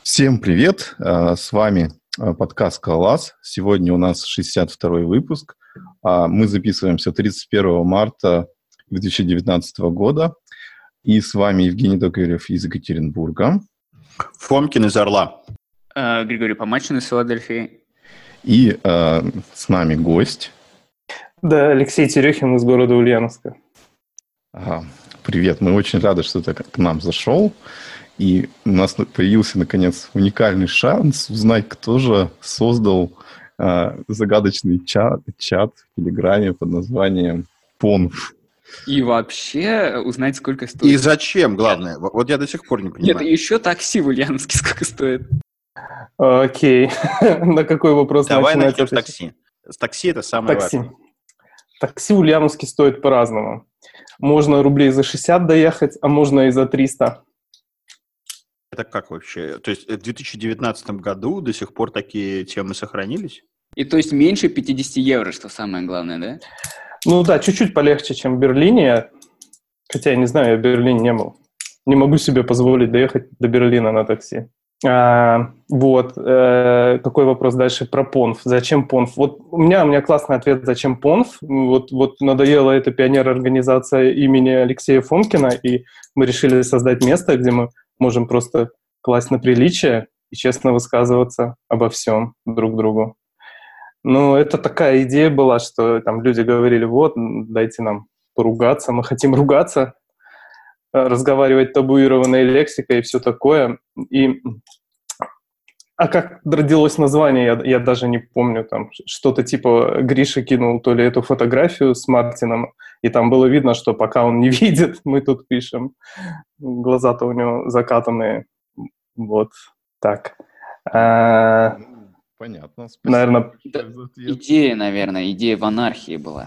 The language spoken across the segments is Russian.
Всем привет! С вами подкаст «Скалолаз». Сегодня у нас 62-й выпуск. Мы записываемся 31 марта 2019 года. И с вами Евгений Токарев из Екатеринбурга. Фомкин из Орла. Григорий Помачин из Филадельфии. И с нами гость. Да, Алексей Терехин из города Ульяновска. Привет, мы очень рады, что ты к нам зашел. И у нас появился, наконец, уникальный шанс узнать, кто же создал загадочный чат в Телеграме под названием Понф. И вообще узнать, сколько стоит. И зачем, главное? Вот я до сих пор не понимаю. Нет, еще такси в Ульяновске сколько стоит. Окей. На какой вопрос Давай начинать начнем с отвечать? такси. С такси это самое важное. Такси в Ульяновске стоит по-разному. Можно рублей за 60 доехать, а можно и за 300. Это как вообще? То есть в 2019 году до сих пор такие темы сохранились? И то есть меньше 50 евро, что самое главное, да? Ну да, чуть-чуть полегче, чем в Берлине. Хотя, я не знаю, я в Берлине не был. Не могу себе позволить доехать до Берлина на такси. Какой вопрос дальше про Понф? Зачем Понф? Вот у меня классный ответ, зачем Понф. Вот надоела эта пионер-организация имени Алексея Фомкина, и мы решили создать место, где мы можем просто класть на приличие и честно высказываться обо всем друг другу. Ну, это такая идея была, что там люди говорили, вот, дайте нам поругаться, мы хотим ругаться, разговаривать табуированной лексикой и все такое. А как родилось название, я даже не помню. Там что-то типа Гриша кинул то ли эту фотографию с Мартином, и там было видно, что пока он не видит, мы тут пишем. Глаза-то у него закатанные. Вот так. Понятно. Наверное, идея в анархии была.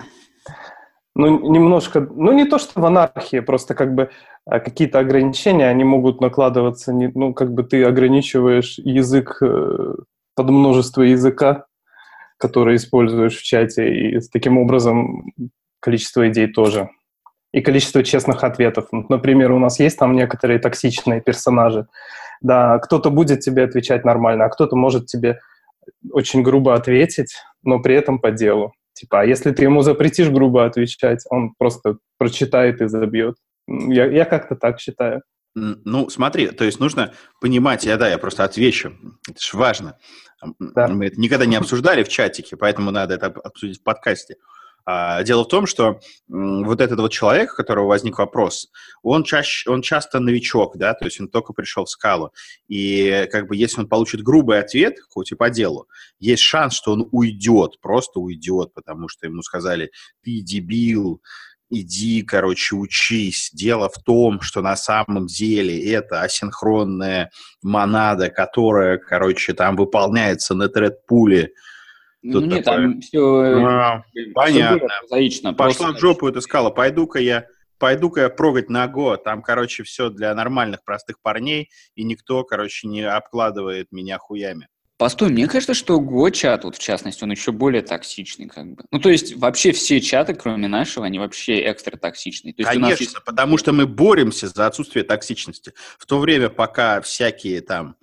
Ну, немножко, не то, что в анархии, просто как бы какие-то ограничения, они могут накладываться, ты ограничиваешь язык под множество языка, который используешь в чате, и таким образом количество идей тоже. И количество честных ответов. Например, у нас есть там некоторые токсичные персонажи. Да, кто-то будет тебе отвечать нормально, а кто-то может тебе очень грубо ответить, но при этом по делу. Типа, а если ты ему запретишь грубо отвечать, он просто прочитает и забьет. Я как-то так считаю. Ну, смотри, то есть нужно понимать, я просто отвечу, это же важно. Да. Мы это никогда не обсуждали в чатике, поэтому надо это обсудить в подкасте. Дело в том, что вот этот вот человек, у которого возник вопрос, он часто новичок, да, то есть он только пришел в скалу, и как бы если он получит грубый ответ, хоть и по делу, есть шанс, что он уйдет, просто уйдет, потому что ему сказали, ты дебил, иди, учись. Дело в том, что на самом деле это асинхронная монада, которая, там выполняется на тредпуле. Тут нет, такое... там все понятно. Прозаично. Пошла в жопу эта скала. Пойду-ка я прогать на Го. Там, все для нормальных простых парней, и никто, не обкладывает меня хуями. Постой, мне кажется, что Го-чат, вот в частности, он еще более токсичный, как бы. Ну, то есть, вообще все чаты, кроме нашего, они вообще экстра токсичные. То есть конечно, у нас есть... потому что мы боремся за отсутствие токсичности. В то время, пока всякие там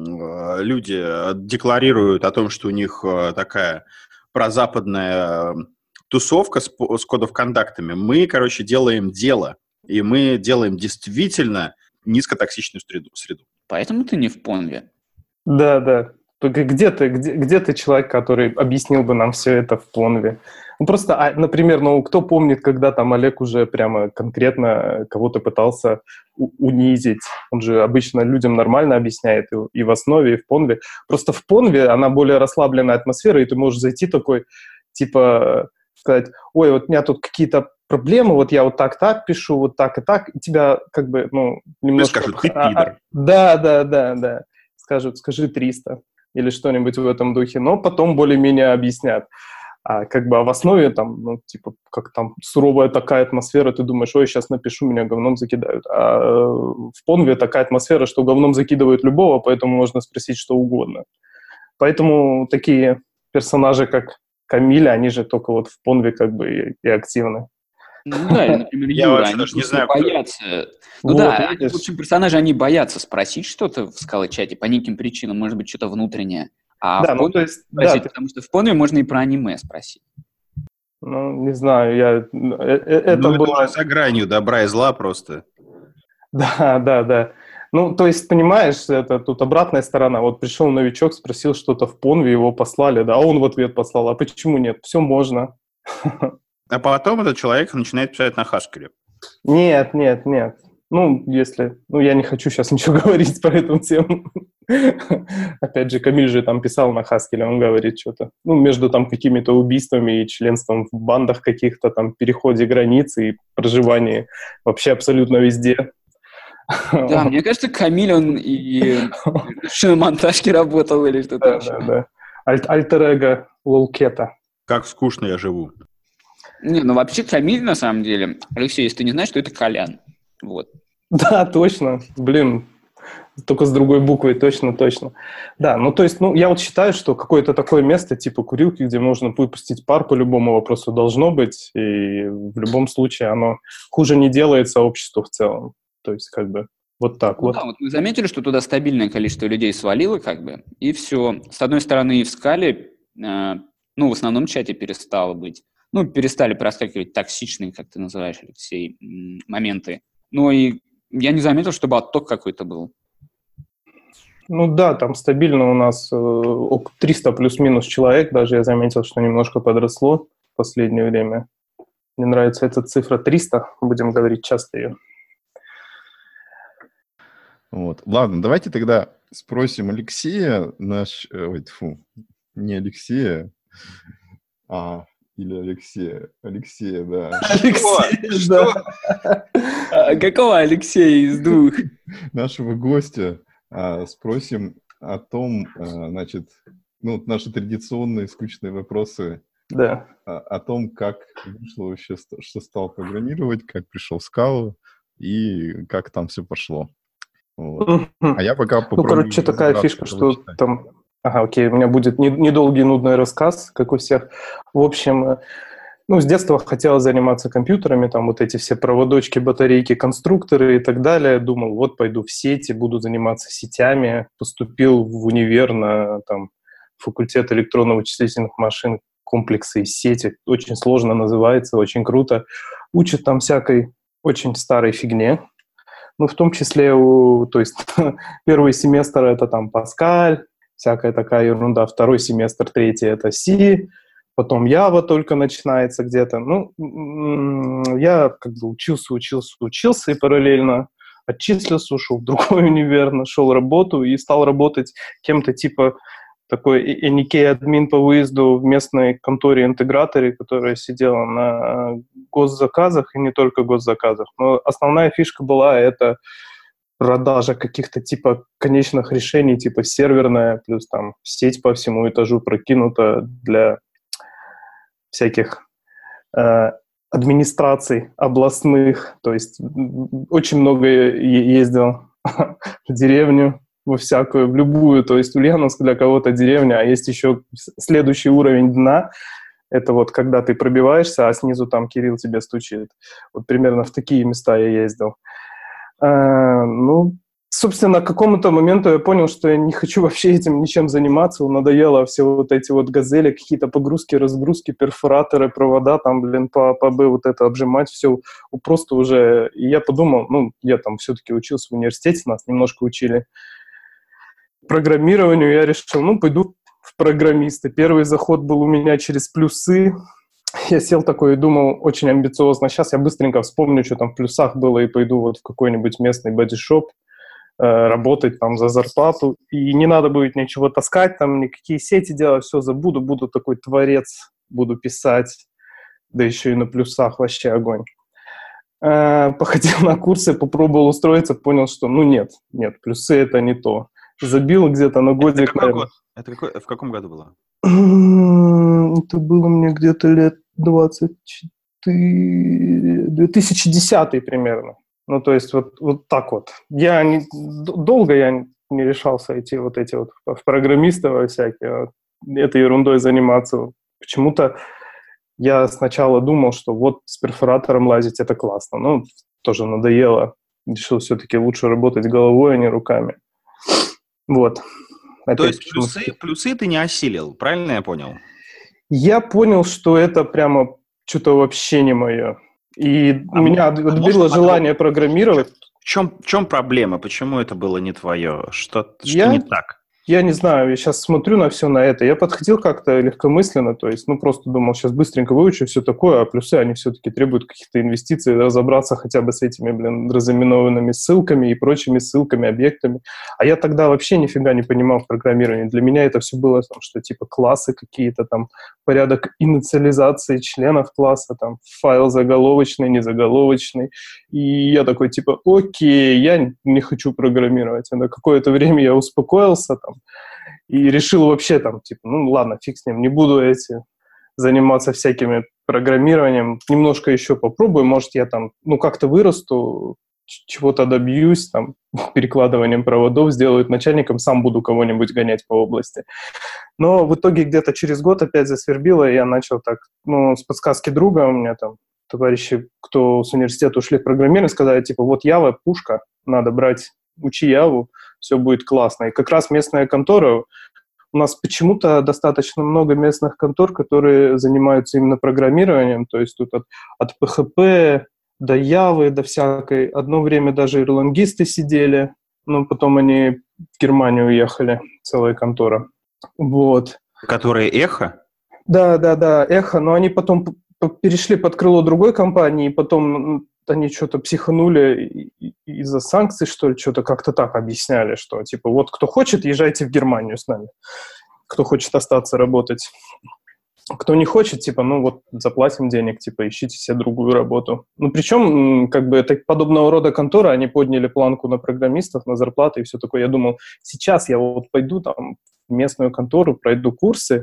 люди декларируют о том, что у них такая прозападная тусовка с кодов-контактами, мы, делаем дело, и мы делаем действительно низкотоксичную среду. Поэтому ты не в Понве. Да. Где ты человек, который объяснил бы нам все это в Понве? Ну, просто, например, кто помнит, когда там Олег уже прямо конкретно кого-то пытался унизить? Он же обычно людям нормально объясняет и в основе, и в Понве. Просто в Понве она более расслабленная атмосфера, и ты можешь зайти такой, типа, сказать, ой, вот у меня тут какие-то проблемы, вот я вот так пишу, вот так и так, и тебя как бы, немножко... Скажут, ты пидор. Да. Скажут, скажи 300 или что-нибудь в этом духе, но потом более-менее объяснят. А в основе там, как там суровая такая атмосфера, ты думаешь, ой, сейчас напишу, меня говном закидают. А в Понве такая атмосфера, что говном закидывают любого, поэтому можно спросить что угодно. Поэтому такие персонажи, как Камиль, они же только вот в Понве и активны. Ну да, или, например, Я Юра, вообще они даже не просто знаю, кто это. боятся. Ну Вот, да, они, видишь? в общем, персонажи, они боятся спросить что-то в скала-чате по неким причинам, может быть, что-то внутреннее. А Да, в ну то Понве есть, да, спросить, потому что в Понве можно и про аниме спросить. ну не знаю, это Ну, это уже было... за гранью добра и зла просто. Да, да, да. Ну, то есть, понимаешь, это тут обратная сторона. Вот пришел новичок, спросил что-то в Понве, его послали, да, а он в ответ послал. А почему нет? Все можно. А потом этот человек начинает писать на Хаскеле. Нет, нет, нет. Ну, если... Ну, я не хочу сейчас ничего говорить по этому тему. Опять же, Камиль же там писал на Хаскеле, он говорит что-то. Ну, между там какими-то убийствами и членством в бандах каких-то, там, переходе границы и проживании вообще абсолютно везде. Да, мне кажется, Камиль, он и в шиномонтажке работал или что-то Да, еще. да, да. Альтер-эго Лолкета. Как скучно я живу. Не, ну вообще Камиль, на самом деле, Алексей, если ты не знаешь, то это Колян. Вот. Да, точно. Блин, только с другой буквой, точно, точно. Да, ну то есть, ну я вот считаю, что какое-то такое место типа курилки, где можно выпустить пар по любому вопросу должно быть, и в любом случае оно хуже не делает сообществу в целом. То есть как бы вот так Ну вот. да, вот мы заметили, что туда стабильное количество людей свалило, как бы, и все. С одной стороны, и в скале, ну, в основном чате перестало быть. Ну, перестали проскакивать токсичные, как ты называешь, Алексей, моменты. Ну, и я не заметил, чтобы отток какой-то был. Ну да, там стабильно у нас 300 плюс-минус человек, даже я заметил, что немножко подросло в последнее время. Мне нравится эта цифра 300, будем говорить часто ее. Вот. Ладно, давайте тогда спросим Алексея, не Алексея, или Алексея. Алексея, да. Алексей, Что? Какого Алексея из двух? Нашего гостя спросим о том, значит, ну, наши традиционные скучные вопросы Да. о том, как вышло вообще, что стал программировать, как пришел в скалу и как там все пошло. Вот. А я пока Ну, попробую короче, такая разобраться, фишка, кого что читать. там... Ага, окей, у меня будет недолгий, нудный рассказ, как у всех. В общем, ну, с детства хотел заниматься компьютерами, там вот эти все проводочки, батарейки, конструкторы и так далее. Думал, вот пойду в сети, буду заниматься сетями. Поступил в универ на там, факультет электронно-вычислительных машин, комплексы из сети. Очень сложно называется, очень круто. Учат там всякой очень старой фигне. Ну, в том числе, то есть первый семестр это там Паскаль, всякая такая ерунда, второй семестр, третий это C, потом Java только начинается где-то. Ну, я как бы учился и параллельно отчислился, ушел в другой универ, нашел работу и стал работать кем-то типа такой NK-админ по выезду в местной конторе-интеграторе, которая сидела на госзаказах, и не только госзаказах. Но основная фишка была это продажа каких-то типа конечных решений, типа серверная, плюс там сеть по всему этажу прокинута для всяких администраций областных. То есть очень много ездил в деревню, во всякую, в любую, то есть Ульяновск для кого-то деревня, а есть еще следующий уровень дна, это вот когда ты пробиваешься, а снизу там Кирилл тебе стучит. Вот примерно в такие места я ездил. Ну, собственно, к какому-то моменту я понял, что я не хочу вообще этим ничем заниматься, надоело все вот эти вот газели, какие-то погрузки, разгрузки, перфораторы, провода, там, блин, по АБ вот это обжимать, все просто уже. И я подумал, ну, я там все-таки учился в университете, нас немножко учили программированию, я решил, ну, пойду в программисты. Первый заход был у меня через плюсы. Я сел такой и думал, очень амбициозно. Сейчас я быстренько вспомню, что там в плюсах было, и пойду вот в какой-нибудь местный бодишоп работать там за зарплату. И не надо будет ничего таскать, там никакие сети делать, все забуду. Буду такой творец, буду писать. Да еще и на плюсах вообще огонь. Походил на курсы, попробовал устроиться, понял, что ну нет, плюсы это не то. Забил где-то на годик, наверное. В каком году было? Это было мне где-то лет 2010 примерно. Ну, то есть вот так вот. Долго я не решался идти вот эти вот в программисты во всякие, этой ерундой заниматься. Почему-то я сначала думал, что вот с перфоратором лазить это классно, но тоже надоело. Решил все-таки лучше работать головой, а не руками. Вот. То есть плюсы ты не осилил, правильно я понял? Я понял, что это прямо что-то вообще не мое. И у меня отбило желание программировать. В чем проблема? Почему это было не твое? Что не так? Я не знаю, я сейчас смотрю на все на это. Я подходил как-то легкомысленно, то есть, просто думал, сейчас быстренько выучу все такое, а плюсы, они все-таки требуют каких-то инвестиций, разобраться хотя бы с этими, разыменованными ссылками и прочими ссылками, объектами. А я тогда вообще нифига не понимал в программировании. Для меня это все было, что типа классы какие-то, там, порядок инициализации членов класса, там, файл заголовочный, незаголовочный. И я такой, типа, окей, я не хочу программировать. И на какое-то время я успокоился, там, и решил вообще там, типа, ладно, фиг с ним, не буду заниматься всякими программированием, немножко еще попробую, может, я там, как-то вырасту, чего-то добьюсь, там, перекладыванием проводов сделаю начальником, сам буду кого-нибудь гонять по области. Но в итоге где-то через год опять засвербило, и я начал так, с подсказки друга, у меня там товарищи, кто с университета ушли в программирование, сказали, типа, вот Java, пушка, надо брать, учи Яву, все будет классно. И как раз местная контора, у нас почему-то достаточно много местных контор, которые занимаются именно программированием, то есть тут от PHP до Явы, до всякой. Одно время даже ирландисты сидели, но потом они в Германию уехали, целая контора. Вот. Которые Эхо? Да, Эхо, но они потом перешли под крыло другой компании, и потом они что-то психанули из-за санкций, что ли, что-то как-то так объясняли, что, типа, вот кто хочет, езжайте в Германию с нами, кто хочет остаться работать. Кто не хочет, типа, заплатим денег, типа, ищите себе другую работу. Причем, это подобного рода контора, они подняли планку на программистов, на зарплаты и все такое. Я думал, сейчас я пойду там в местную контору, пройду курсы,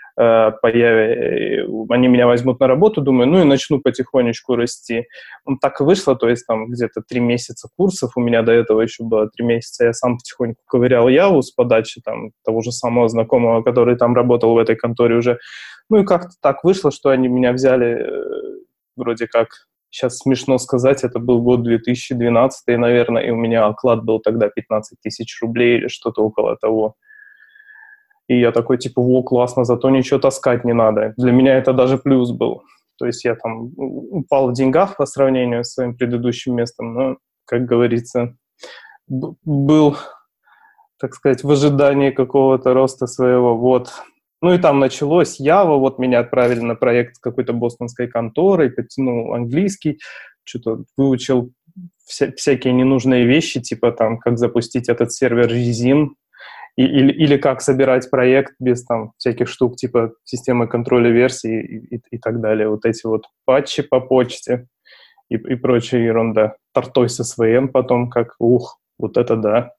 они меня возьмут на работу, думаю, и начну потихонечку расти. Так и вышло, то есть там где-то 3 месяца курсов, у меня до этого еще было 3 месяца, я сам потихоньку ковырял Яву с подачи там того же самого знакомого, который там работал в этой конторе уже. И как-то так вышло, что они меня взяли вроде как, сейчас смешно сказать, это был год 2012, наверное, и у меня оклад был тогда 15 тысяч рублей или что-то около того. И я такой, типа, классно, зато ничего таскать не надо. Для меня это даже плюс был. То есть я там упал в деньгах по сравнению с своим предыдущим местом, но, как говорится, был, так сказать, в ожидании какого-то роста своего. Вот. И там началось Java, меня отправили на проект с какой-то бостонской конторой, подтянул английский, что-то выучил всякие ненужные вещи, типа там, как запустить этот сервер Resin, или как собирать проект без там всяких штук типа системы контроля версий и так далее. Вот эти патчи по почте и прочая ерунда. Tortoise SVN потом вот это да.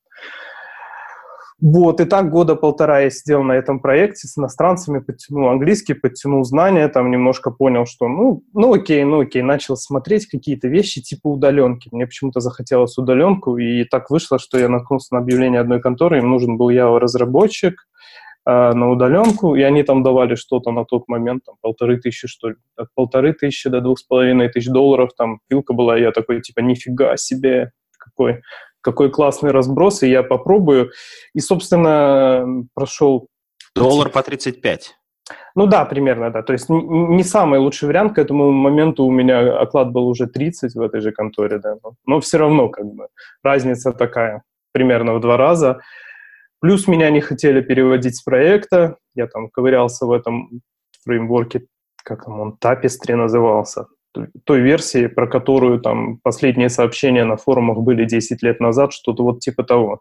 И так 1.5 года я сидел на этом проекте с иностранцами, подтянул английский, подтянул знания, там немножко понял, что окей, начал смотреть какие-то вещи типа удаленки. Мне почему-то захотелось удаленку, и так вышло, что я наткнулся на объявление одной конторы, им нужен был Java-разработчик на удаленку, и они там давали что-то на тот момент, там, 1500, что ли, от 1500 до $2500, там, пилка была, и я такой, типа, нифига себе, какой классный разброс, и я попробую. И, собственно, прошел... $1 по 35. Да, примерно, да. То есть не самый лучший вариант. К этому моменту у меня оклад был уже 30 в этой же конторе, да. Но все равно, разница такая, примерно в 2 раза. Плюс меня не хотели переводить с проекта. Я там ковырялся в этом фреймворке, как он, Tapestry назывался. Той версии, про которую там последние сообщения на форумах были 10 лет назад, что-то типа того.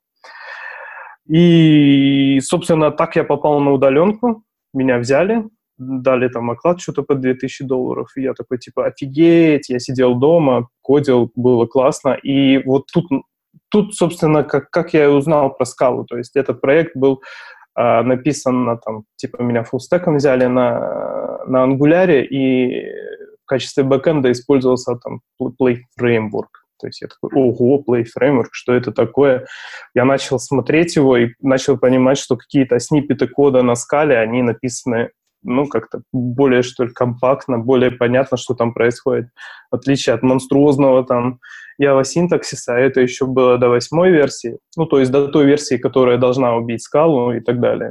И, собственно, так я попал на удаленку, меня взяли, дали там оклад что-то по $2000, и я такой, типа, офигеть, я сидел дома, кодил, было классно, и тут собственно, как я и узнал про скалу, то есть этот проект был написан на там, типа, меня фуллстеком взяли на Angular, и в качестве бэкэнда использовался там Play Framework. То есть я такой, ого, Play Framework, что это такое? Я начал смотреть его и начал понимать, что какие-то сниппеты кода на скале, они написаны ну, как-то более, что ли, компактно, более понятно, что там происходит. В отличие от монструозного там Java синтаксиса, это еще было до 8-й версии, ну, то есть до той версии, которая должна убить скалу и так далее.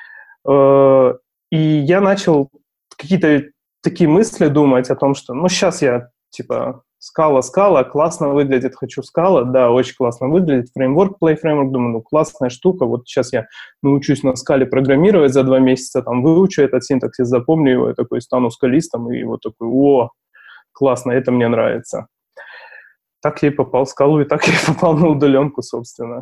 И я начал какие-то такие мысли думать о том, что, ну, сейчас я, типа, скала, классно выглядит, хочу скала, да, очень классно выглядит, фреймворк, Play Framework, думаю, ну, классная штука, вот сейчас я научусь на скале программировать за 2 месяца, там, выучу этот синтаксис, запомню его, я такой стану скалистом, и вот такой, о, классно, это мне нравится. Так я и попал в скалу, и так я и попал на удаленку, собственно.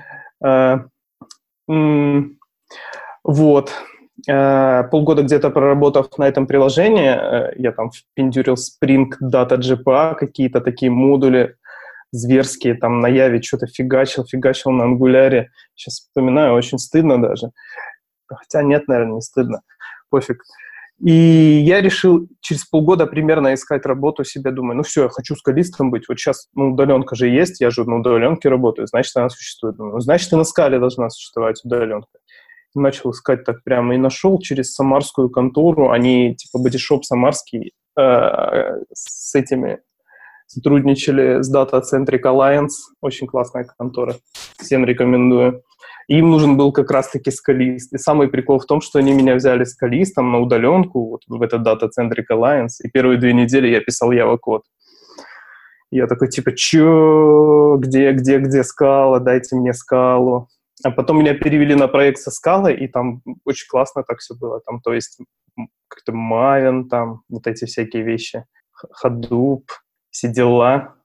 Вот. Полгода где-то проработав на этом приложении, я там впендюрил Spring Data GPA, какие-то такие модули зверские, там на Яве что-то фигачил на Angular. Сейчас вспоминаю, очень стыдно даже. Хотя нет, наверное, не стыдно. Пофиг. И я решил через полгода примерно искать работу себе. Думаю, ну все, я хочу скалистом быть. Вот сейчас, ну, удаленка же есть, я же на удаленке работаю, значит, она существует. Думаю, ну, значит, и на скале должна существовать удаленка. Начал искать так прямо и нашел через самарскую контору. Они, типа, бодишоп самарский, с этими сотрудничали с Data Centric Alliance. Очень классная контора. Всем рекомендую. И им нужен был как раз-таки скалист. И самый прикол в том, что они меня взяли скалистом на удаленку вот в этот Data Centric Alliance. И первые 2 недели я писал Java-код. Я такой, типа, чё? Где скала? Дайте мне скалу. А потом меня перевели на проект со скалой, и там очень классно так все было. Там, то есть, как-то Maven, там, вот эти всякие вещи. Hadoop, все дела.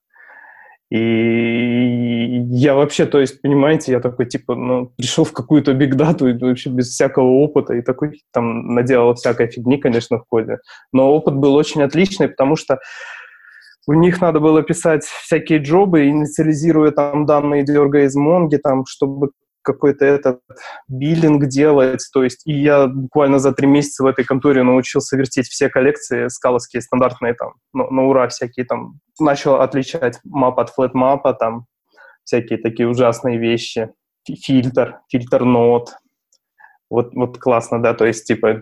И я вообще, то есть, понимаете, я такой, типа, ну, пришел в какую-то бигдату и вообще без всякого опыта, и такой там наделал всякой фигни, конечно, в коде. Но опыт был очень отличный, потому что у них надо было писать всякие джобы, инициализируя там данные, дергая из Монги, там, чтобы какой-то этот биллинг делать, то есть, и я буквально за 3 месяца в этой конторе научился вертеть все коллекции скаловские, стандартные там, на ура всякие там, начал отличать map от flat-map, там, всякие такие ужасные вещи, фильтр нод, вот классно, да, то есть, типа,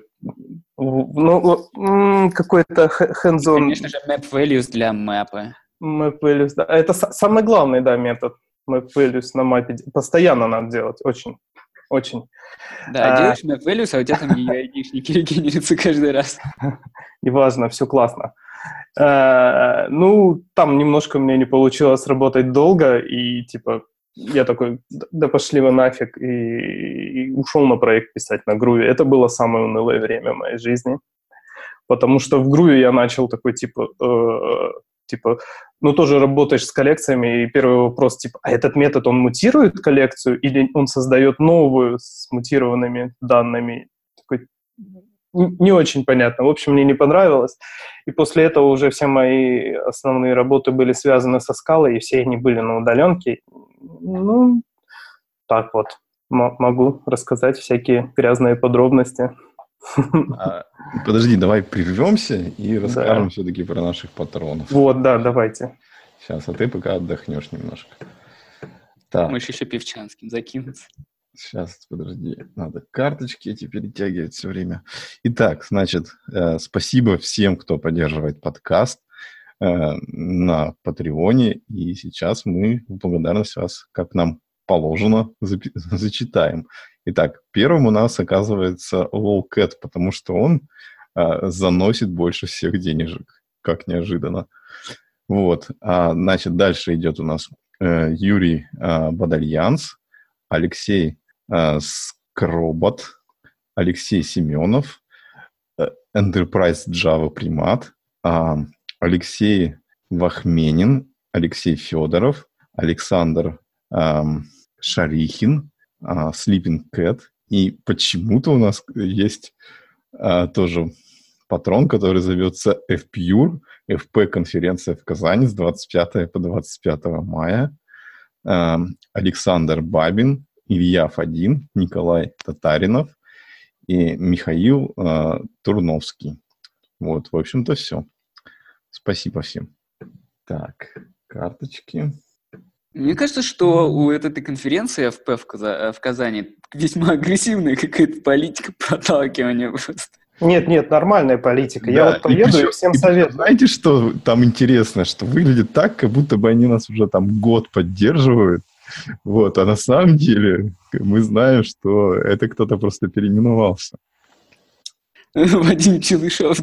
ну, какой-то hands-on... Конечно же, map values для мэпа. Map values, да, это самый главный, да, метод. Map values на мапе постоянно надо делать, очень. Да, делаешь map values, а у тебя там яичники регенерятся каждый раз. Неважно, все классно. Ну, там немножко мне не получилось работать долго, и, типа, я такой, да пошли вы нафиг, и ушел на проект писать на Groovy. Это было самое унылое время в моей жизни, потому что в Groovy я начал такой, типа, ну, тоже работаешь с коллекциями, и первый вопрос, типа, а этот метод, он мутирует коллекцию или он создает новую с мутированными данными? Такой, не очень понятно. В общем, мне не понравилось. И после этого уже все мои основные работы были связаны со скалой, и все они были на удаленке. Ну, так вот. Могу рассказать всякие грязные подробности. Подожди, давай прервемся и расскажем все-таки про наших патронов. Вот, да, давайте. Сейчас, а ты пока отдохнешь немножко. Так. Можешь еще Певчанским закинуться. Сейчас, подожди, надо карточки эти перетягивать все время. Итак, значит, спасибо всем, кто поддерживает подкаст на Патреоне. И сейчас мы в благодарность вас, как нам положено, зачитаем. Итак, первым у нас оказывается Lolcat, потому что он заносит больше всех денежек. Как неожиданно. Вот. Значит, дальше идет у нас Юрий Бадальянс, Алексей Скробот, Алексей Семенов, Enterprise Java Примат, Алексей Вахменин, Алексей Федоров, Александр Шарихин, Sleeping Cat. И почему-то у нас есть тоже патрон, который зовется FPUR, FP-конференция в Казани с 25 по 25 мая. Александр Бабин, Илья Фадин, Николай Татаринов и Михаил Турновский. Вот, в общем-то, все. Спасибо всем. Так, карточки. Мне кажется, что у этой конференции ФП в Казани весьма агрессивная какая-то политика проталкивания просто. Нет, нормальная политика. Да, Я вот поеду и всем советую. Знаете, что там интересно? Что выглядит так, как будто бы они нас уже там год поддерживают. Вот, а на самом деле мы знаем, что это кто-то просто переименовался. Вадим Челышев.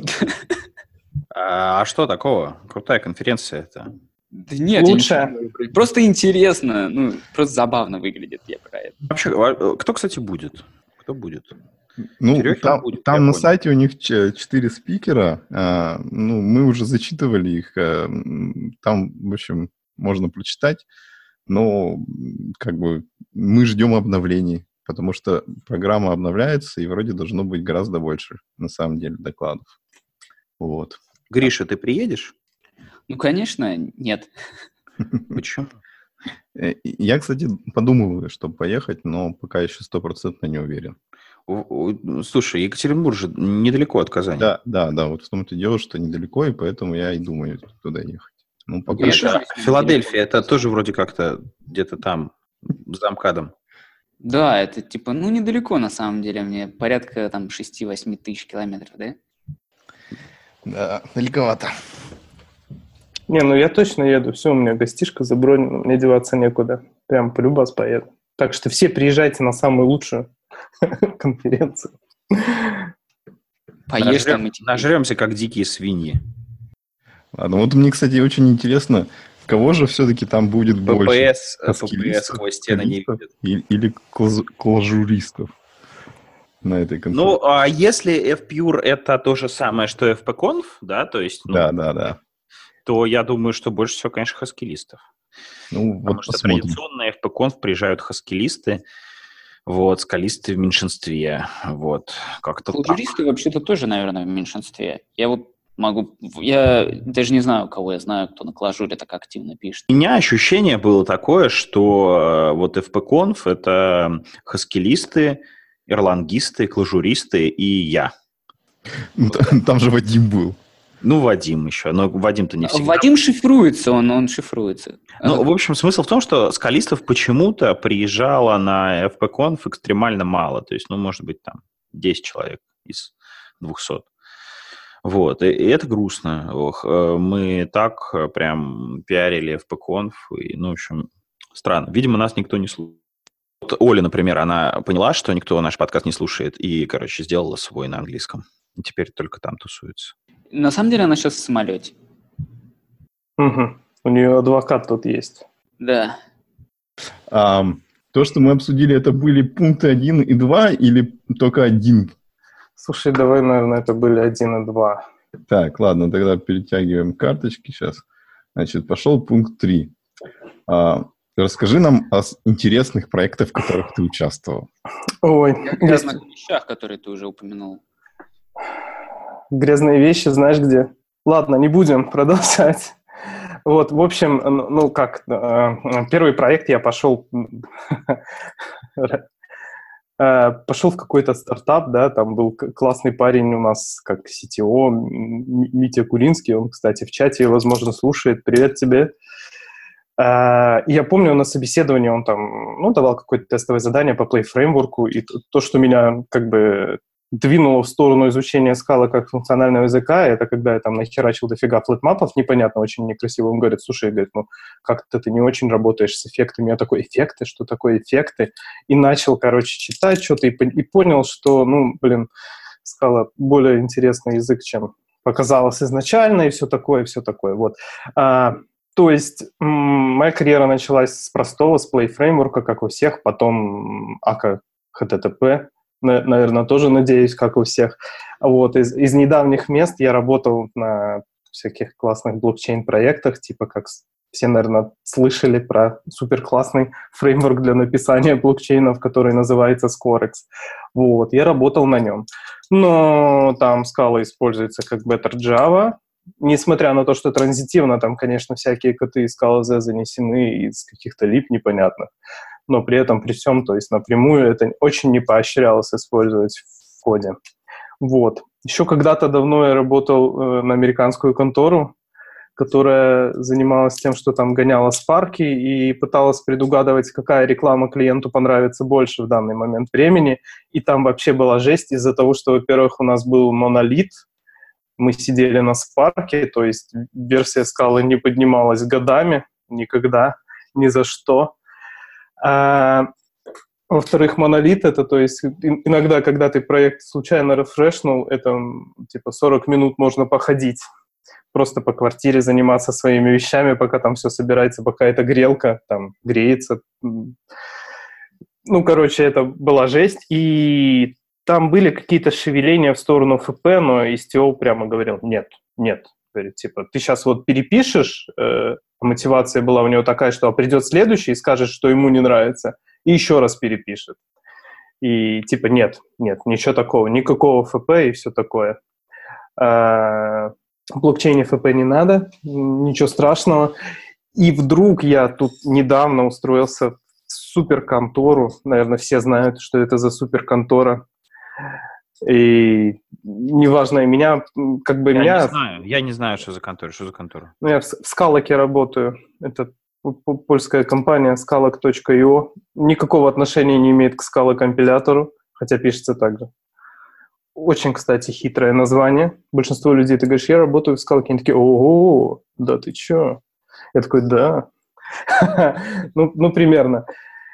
А что такого? Крутая конференция это. Да нет, Лучше. Просто интересно, ну, просто забавно выглядит, я про это. Вообще, кто, кстати, будет? Кто будет? Ну, Терехин будет, там я на понял. сайте у них 4 спикера. Ну, мы уже зачитывали их. Там, в общем, можно прочитать. Но как бы мы ждем обновлений, потому что программа обновляется, и вроде должно быть гораздо больше, на самом деле, докладов. Вот. Гриша, ты приедешь? Ну, конечно, нет. Почему? Я, кстати, подумываю, чтобы поехать, но пока еще 100% не уверен. Слушай, Екатеринбург же недалеко от Казани. Да, вот в том-то и дело, что недалеко, и поэтому я и думаю туда ехать. Ну, пока Гриша, что. же Филадельфия, это тоже вроде как-то где-то там, за МКАДом. Да, это типа, ну, недалеко на самом деле, мне порядка там 6-8 тысяч километров, да? Да, далековато. Не, ну я точно еду. Все, у меня гостишка забронена, мне деваться некуда. Прям полюбас поеду. Так что все приезжайте на самую лучшую конференцию. Поешь там эти... Нажремся, как дикие свиньи. Ладно, вот мне, кстати, очень интересно, кого же все-таки там будет больше? ППС сквозь стены не видят. Или клажуристов на этой конференции? Ну, а если FPure это то же самое, что FPConf, да, то есть... Ну, Да. то я думаю, что больше всего, конечно, хаскилистов. Ну, Потому вот что посмотрим. традиционно в FPConf приезжают хаскилисты, вот, скалисты в меньшинстве, вот, как-то так. Клажуристы вообще-то тоже, наверное, в меньшинстве. Я даже не знаю, кого я знаю, кто на клажуре так активно пишет. У меня ощущение было такое, что вот FPConf — это хаскилисты, эрлангисты, клажуристы и я. Там же Вадим был. Ну, Вадим еще, но Вадим-то не всегда. Вадим шифруется, он шифруется. Ну, в общем, смысл в том, что скалистов почему-то приезжало на FPConf экстремально мало. То есть, ну, может быть, там 10 человек из 200. Вот, и это грустно. Ох, мы так прям пиарили FPConf, и, ну, в общем, странно. Видимо, нас никто не слушает. Вот Оля, например, она поняла, что никто наш подкаст не слушает, и, короче, сделала свой на английском. И теперь только там тусуется. На самом деле она сейчас в самолете. Угу. У нее адвокат тут есть. Да. То, что мы обсудили, это были пункты 1 и 2 или только 1? Слушай, давай, наверное, это были 1 и 2. Так, ладно, тогда перетягиваем карточки сейчас. Значит, пошел пункт 3. Расскажи нам о интересных проектах, в которых ты участвовал. Ой, В разных вещах, которые ты уже упомянул. Грязные вещи, знаешь где? Ладно, не будем продолжать. Вот, в общем, ну как, первый проект я пошел в какой-то стартап, да, там был классный парень у нас, как CTO, Митя Куринский, он, кстати, в чате, возможно, слушает. Привет тебе. Я помню, на собеседовании он там, ну, давал какое-то тестовое задание по Play-фреймворку, и то, что меня как бы двинуло в сторону изучения скалы как функционального языка, это когда я там нахерачил дофига флетмапов, непонятно, очень некрасиво. Он говорит, слушай, говорит, ну, как-то ты не очень работаешь с эффектами. Я такой, эффекты? Что такое эффекты? И начал, короче, читать что-то и понял, что, ну, блин, скала более интересный язык, чем показалось изначально, и все такое, вот. То есть моя карьера началась с простого, с Play-фреймворка, как у всех, потом АКА, HTTP, наверное, тоже, надеюсь, как у всех. Вот, из недавних мест я работал на всяких классных блокчейн-проектах, типа как все, наверное, слышали про суперклассный фреймворк для написания блокчейнов, который называется Scorex. Вот, я работал на нем. Но там скала используется как Better Java. Несмотря на то, что транзитивно, там, конечно, всякие коты из Scala-Z занесены из каких-то лип непонятных, но при этом, при всем, то есть напрямую это очень не поощрялось использовать в коде. Вот. Еще когда-то давно я работал на американскую контору, которая занималась тем, что там гоняла спарки и пыталась предугадывать, какая реклама клиенту понравится больше в данный момент времени. И там вообще была жесть из-за того, что, во-первых, у нас был монолит, мы сидели на спарке, то есть версия скалы не поднималась годами, никогда, ни за что. Во-вторых, монолит — это, то есть, иногда, когда ты проект случайно рефрешнул, это, типа, 40 минут можно походить, просто по квартире заниматься своими вещами, пока там все собирается, пока эта грелка там греется. Ну, короче, это была жесть, и там были какие-то шевеления в сторону ФП, но STO прямо говорил: нет, нет. Говорит, типа, ты сейчас вот перепишешь, мотивация была у него такая, что придет следующий и скажет, что ему не нравится, и еще раз перепишет. И типа нет, ничего такого, никакого ФП и все такое. В блокчейне ФП не надо, ничего страшного. И вдруг я тут недавно устроился в суперконтору, наверное, все знают, что это за суперконтора. И неважно, и меня, как бы Я не знаю, что за контора. Ну, я в Scalac работаю. Это польская компания scalac.io. Никакого отношения не имеет к Scala-компилятору, хотя пишется так же. Очень, кстати, хитрое название. Большинство людей, ты говоришь, я работаю в Scalac, они такие: ого, да ты чё? Я такой: да. Ну, примерно.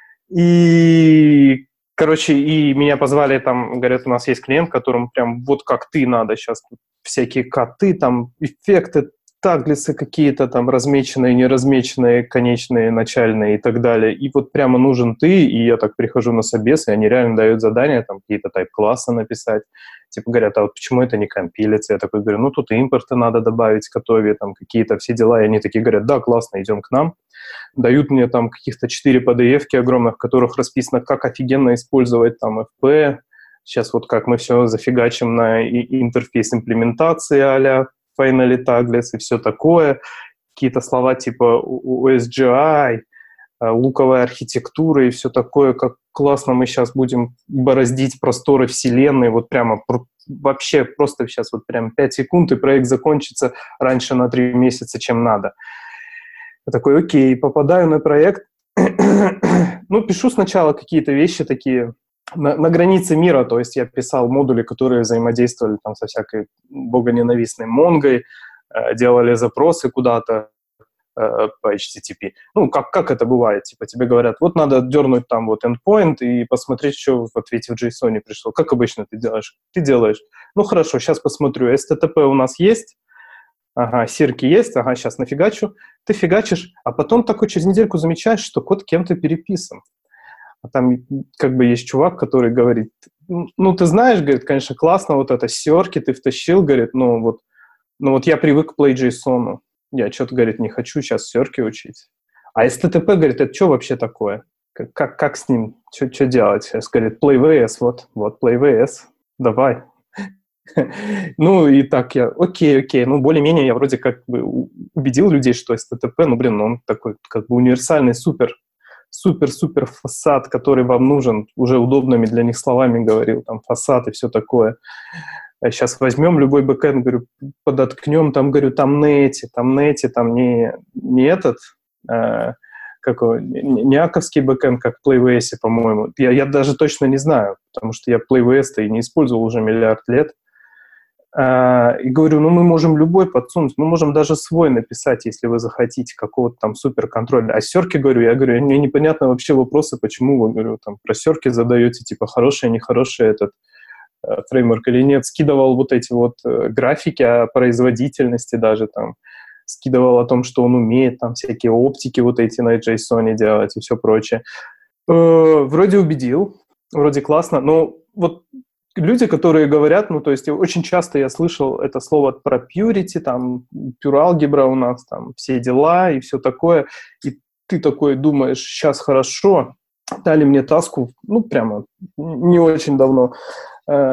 И, короче, и меня позвали, там, говорят, у нас есть клиент, которому прям вот как ты надо сейчас всякие коты, там, эффекты, таглисы какие-то там размеченные, неразмеченные, конечные, начальные и так далее. И вот прямо нужен ты, и я так прихожу на собес, и они реально дают задания, там, какие-то тайп-классы написать. Типа говорят, а вот почему это не компилится? Я такой говорю, ну, тут импорты надо добавить к готове, там, какие-то все дела. И они такие говорят, да, классно, идем к нам. Дают мне там каких-то 4 PDF-ки огромных, в которых расписано, как офигенно использовать там FP. Сейчас вот как мы все зафигачим на интерфейс имплементации а-ля Finally Tagless и все такое. Какие-то слова типа OSGI, луковая архитектура и все такое, как классно мы сейчас будем бороздить просторы вселенной, вот прямо вообще просто сейчас вот прям 5 секунд, и проект закончится раньше на 3 месяца, чем надо. Я такой, окей, попадаю на проект, ну, пишу сначала какие-то вещи такие на границе мира, то есть я писал модули, которые взаимодействовали там со всякой богоненавистной Монгой, делали запросы куда-то по HTTP. Ну, как это бывает? Типа тебе говорят, вот надо дернуть там вот endpoint и посмотреть, что в ответе в JSON пришло. Как обычно ты делаешь? Ты делаешь. Ну, хорошо, сейчас посмотрю. STTP у нас есть? Ага, сирки есть? Ага, сейчас нафигачу. Ты фигачишь, а потом такой через недельку замечаешь, что код кем-то переписан. А там как бы есть чувак, который говорит, ну, ты знаешь, говорит, конечно, классно, вот это сёрки ты втащил, говорит, ну вот я привык к play.json. Я что-то, говорит, не хочу сейчас сёрки учить. А STTP, говорит, это что вообще такое? Как с ним? Что делать? Сейчас, говорит, PlayVS, вот PlayVS, давай. Ну, и так я, окей, ну, более-менее я вроде как бы убедил людей, что STTP, ну, блин, он такой как бы универсальный супер фасад, который вам нужен, уже удобными для них словами говорил, там, фасад и все такое. Сейчас возьмем любой бэкэнд, говорю, подоткнем, там, говорю, там нети, там не этот, не аковский бэкэнд, как в PlayVS, по-моему. Я даже точно не знаю, потому что я PlayVS-то и не использовал уже миллиард лет. И говорю, ну мы можем любой подсунуть, мы можем даже свой написать, если вы захотите, какого-то там суперконтроля. А сёрки, говорю, мне непонятно вообще вопросы, почему вы, говорю, там про сёрки задаете, типа хороший, нехороший этот фреймворк или нет. Скидывал вот эти вот графики о производительности даже там, скидывал о том, что он умеет, там всякие оптики вот эти на JSON делать и все прочее. Вроде убедил, вроде классно, но вот люди, которые говорят, ну, то есть очень часто я слышал это слово про purity, там, pure algebra у нас, там, все дела и все такое, и ты такой думаешь, сейчас хорошо, дали мне таску, ну, прямо не очень давно,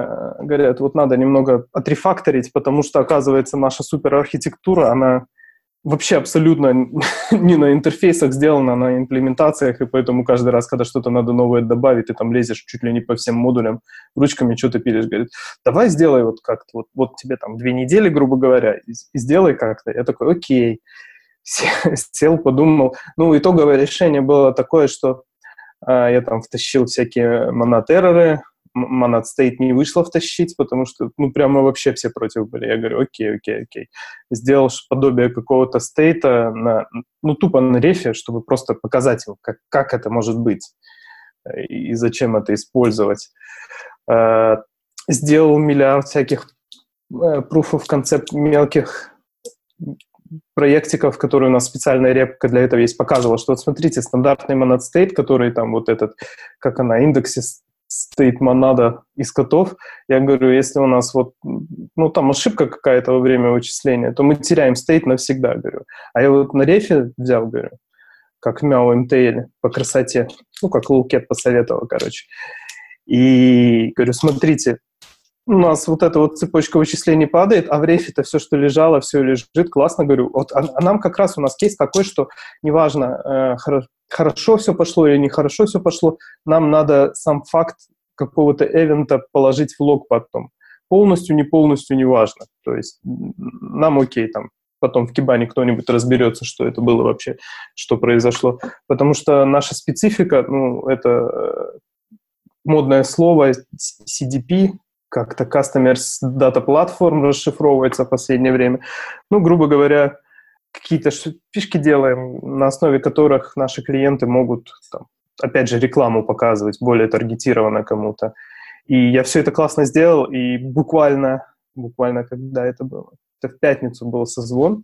говорят, вот надо немного отрефакторить, потому что, оказывается, наша суперархитектура, она вообще абсолютно не на интерфейсах сделано, а на имплементациях, и поэтому каждый раз, когда что-то надо новое добавить, ты там лезешь чуть ли не по всем модулям, ручками что-то пилишь, говорит, давай сделай вот как-то, вот тебе там 2 недели, грубо говоря, и сделай как-то. Я такой, окей. Сел, подумал. Ну, итоговое решение было такое, что я там втащил всякие монад-эрроры, монад-стейт не вышло втащить, потому что, ну, прямо вообще все против были. Я говорю, окей. Сделал подобие какого-то стейта, тупо на рефе, чтобы просто показать им, как это может быть и зачем это использовать. Сделал миллиард всяких proof of concept мелких проектиков, которые у нас специальная репка для этого есть, показывала, что вот смотрите, стандартный monad-state, который там вот этот, как она, индексе state монада из котов, я говорю, если у нас вот, ну, там ошибка какая-то во время вычисления, то мы теряем state навсегда, говорю. А я вот на рефе взял, говорю, как мяу MTL по красоте, ну, как Лукет посоветовал, короче. И говорю, смотрите, у нас вот эта вот цепочка вычислений падает, а в рефе-то все, что лежало, все лежит, классно, говорю. Вот, а нам как раз у нас кейс такой, что неважно, хорошо все пошло или нехорошо все пошло, нам надо сам факт какого-то эвента положить в лог потом. Полностью, не полностью, неважно. То есть нам окей, там, потом в Кибане кто-нибудь разберется, что это было вообще, что произошло. Потому что наша специфика, ну, это модное слово CDP, как-то Customers Data Platform расшифровывается в последнее время. Ну, грубо говоря, какие-то фишки делаем, на основе которых наши клиенты могут, там, опять же, рекламу показывать более таргетированно кому-то. И я все это классно сделал, и буквально когда это было? Это в пятницу был созвон.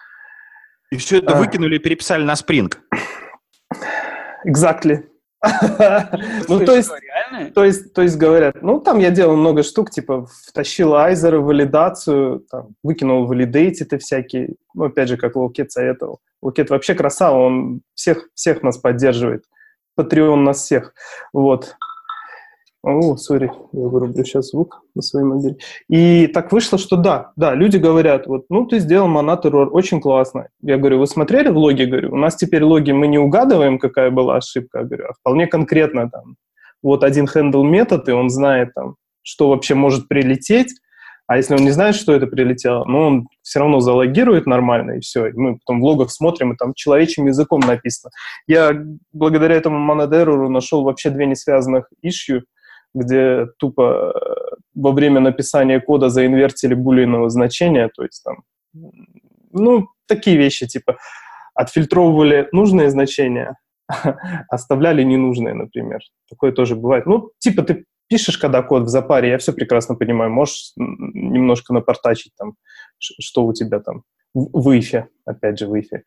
И все это выкинули и переписали на Spring. Exactly. Ну, то есть говорят, ну, там я делал много штук, типа, втащил айзеры, валидацию, там, выкинул валидейтиты всякие, ну, опять же, как Лукет советовал. Лукет вообще красава, он всех нас поддерживает, Patreon нас всех, вот. О, сори, я вырублю сейчас звук на своей мобиле. И так вышло, что да, люди говорят, вот, ну, ты сделал monad-error, очень классно. Я говорю, вы смотрели в логи? Говорю, у нас теперь логи, мы не угадываем, какая была ошибка, говорю, а вполне конкретно там. Вот один handle метод, и он знает там, что вообще может прилететь, а если он не знает, что это прилетело, ну, он все равно залогирует нормально, и все. И мы потом в логах смотрим, и там человечьим языком написано. Я благодаря этому monad-error нашел вообще 2 несвязанных issue, где тупо во время написания кода заинвертили булинового значения, то есть там, ну, такие вещи, типа, отфильтровывали нужные значения, оставляли ненужные, например. Такое тоже бывает. Ну, типа, ты пишешь, когда код в запаре, я все прекрасно понимаю, можешь немножко напортачить там, что у тебя там в ифе, опять же, в ифе.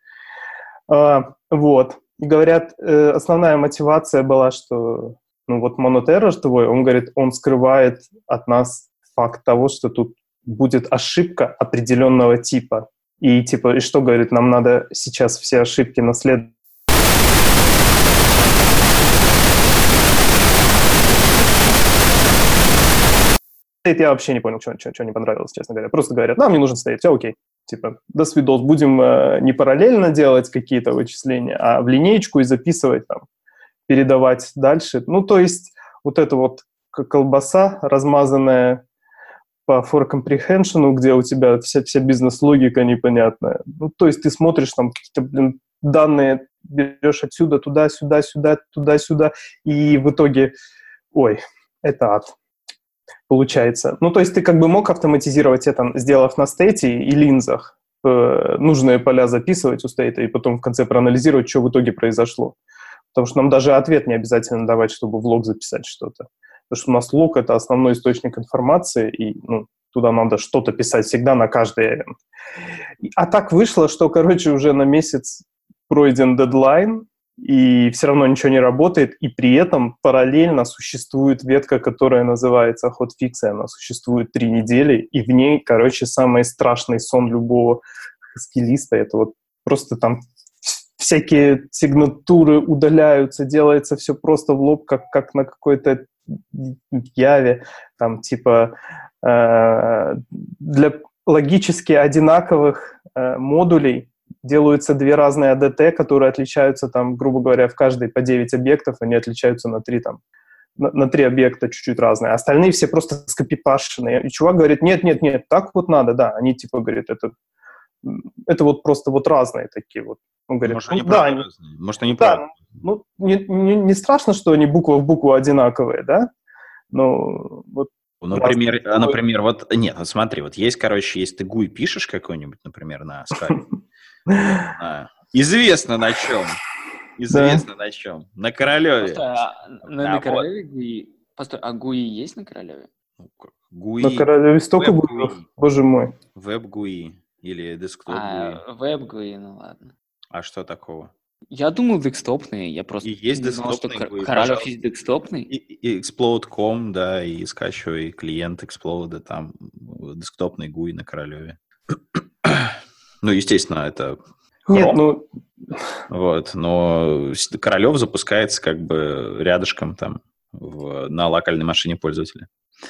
Вот. И говорят, основная мотивация была, что ну вот monad-error твой, он говорит, он скрывает от нас факт того, что тут будет ошибка определенного типа. И типа, и что говорит, нам надо сейчас все ошибки наследовать. Я вообще не понял, что не понравилось, честно говоря. Просто говорят, нам не нужен стоит, все окей. Типа, до свидос, будем не параллельно делать какие-то вычисления, а в линеечку и записывать там, передавать дальше. Ну, то есть вот эта вот колбаса, размазанная по for comprehension, где у тебя вся бизнес-логика непонятная. Ну, то есть ты смотришь там какие-то, данные, берешь отсюда, туда-сюда, сюда, туда-сюда, и в итоге, ой, это ад получается. Ну, то есть ты как бы мог автоматизировать это, сделав на стейте и линзах, нужные поля записывать у стейта, и потом в конце проанализировать, что в итоге произошло. Потому что нам даже ответ не обязательно давать, чтобы в лог записать что-то. Потому что у нас лог — это основной источник информации, и туда надо что-то писать всегда на каждый event. А так вышло, что, короче, уже на месяц пройден дедлайн, и все равно ничего не работает, и при этом параллельно существует ветка, которая называется hotfix, она существует 3 недели, и в ней, короче, самый страшный сон любого скиллиста — это вот просто там всякие сигнатуры удаляются, делается все просто в лоб, как на какой-то Яве, там типа для логически одинаковых модулей делаются две разные ADT, которые отличаются, там, грубо говоря, в каждой по 9 объектов, они отличаются на 3, там, на 3 объекта чуть-чуть разные. Остальные все просто скопипашенные. И чувак говорит, нет, так вот надо, да. Они типа говорят, это вот просто вот разные такие вот. Он говорит, может, они разные. Может, они да, ну, не страшно, что они буква в букву одинаковые, да? Но вот например, вот, нет, вот смотри, вот есть, короче, если ты GUI пишешь какой-нибудь, например, на Skype, известно на чем. Известно на чем. На Королеве. На Королеве GUI. Постой, а GUI есть на Королеве? GUI. На Королеве столько GUI, боже мой. Веб-GUI или десктоп GUI. Веб-GUI, ну ладно. А что такого? Я думал, десктопные. Я просто есть не знал, что десктопные GUI. Королев есть десктопный. И Explode.com, да, и скачивай клиент Explode, там десктопный GUI на Королеве. Ну, естественно, это Chrome. Нет, ну... Вот, но Королев запускается как бы рядышком там на локальной машине пользователя.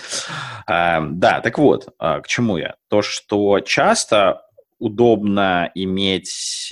Да, так вот, к чему я? То, что часто удобно иметь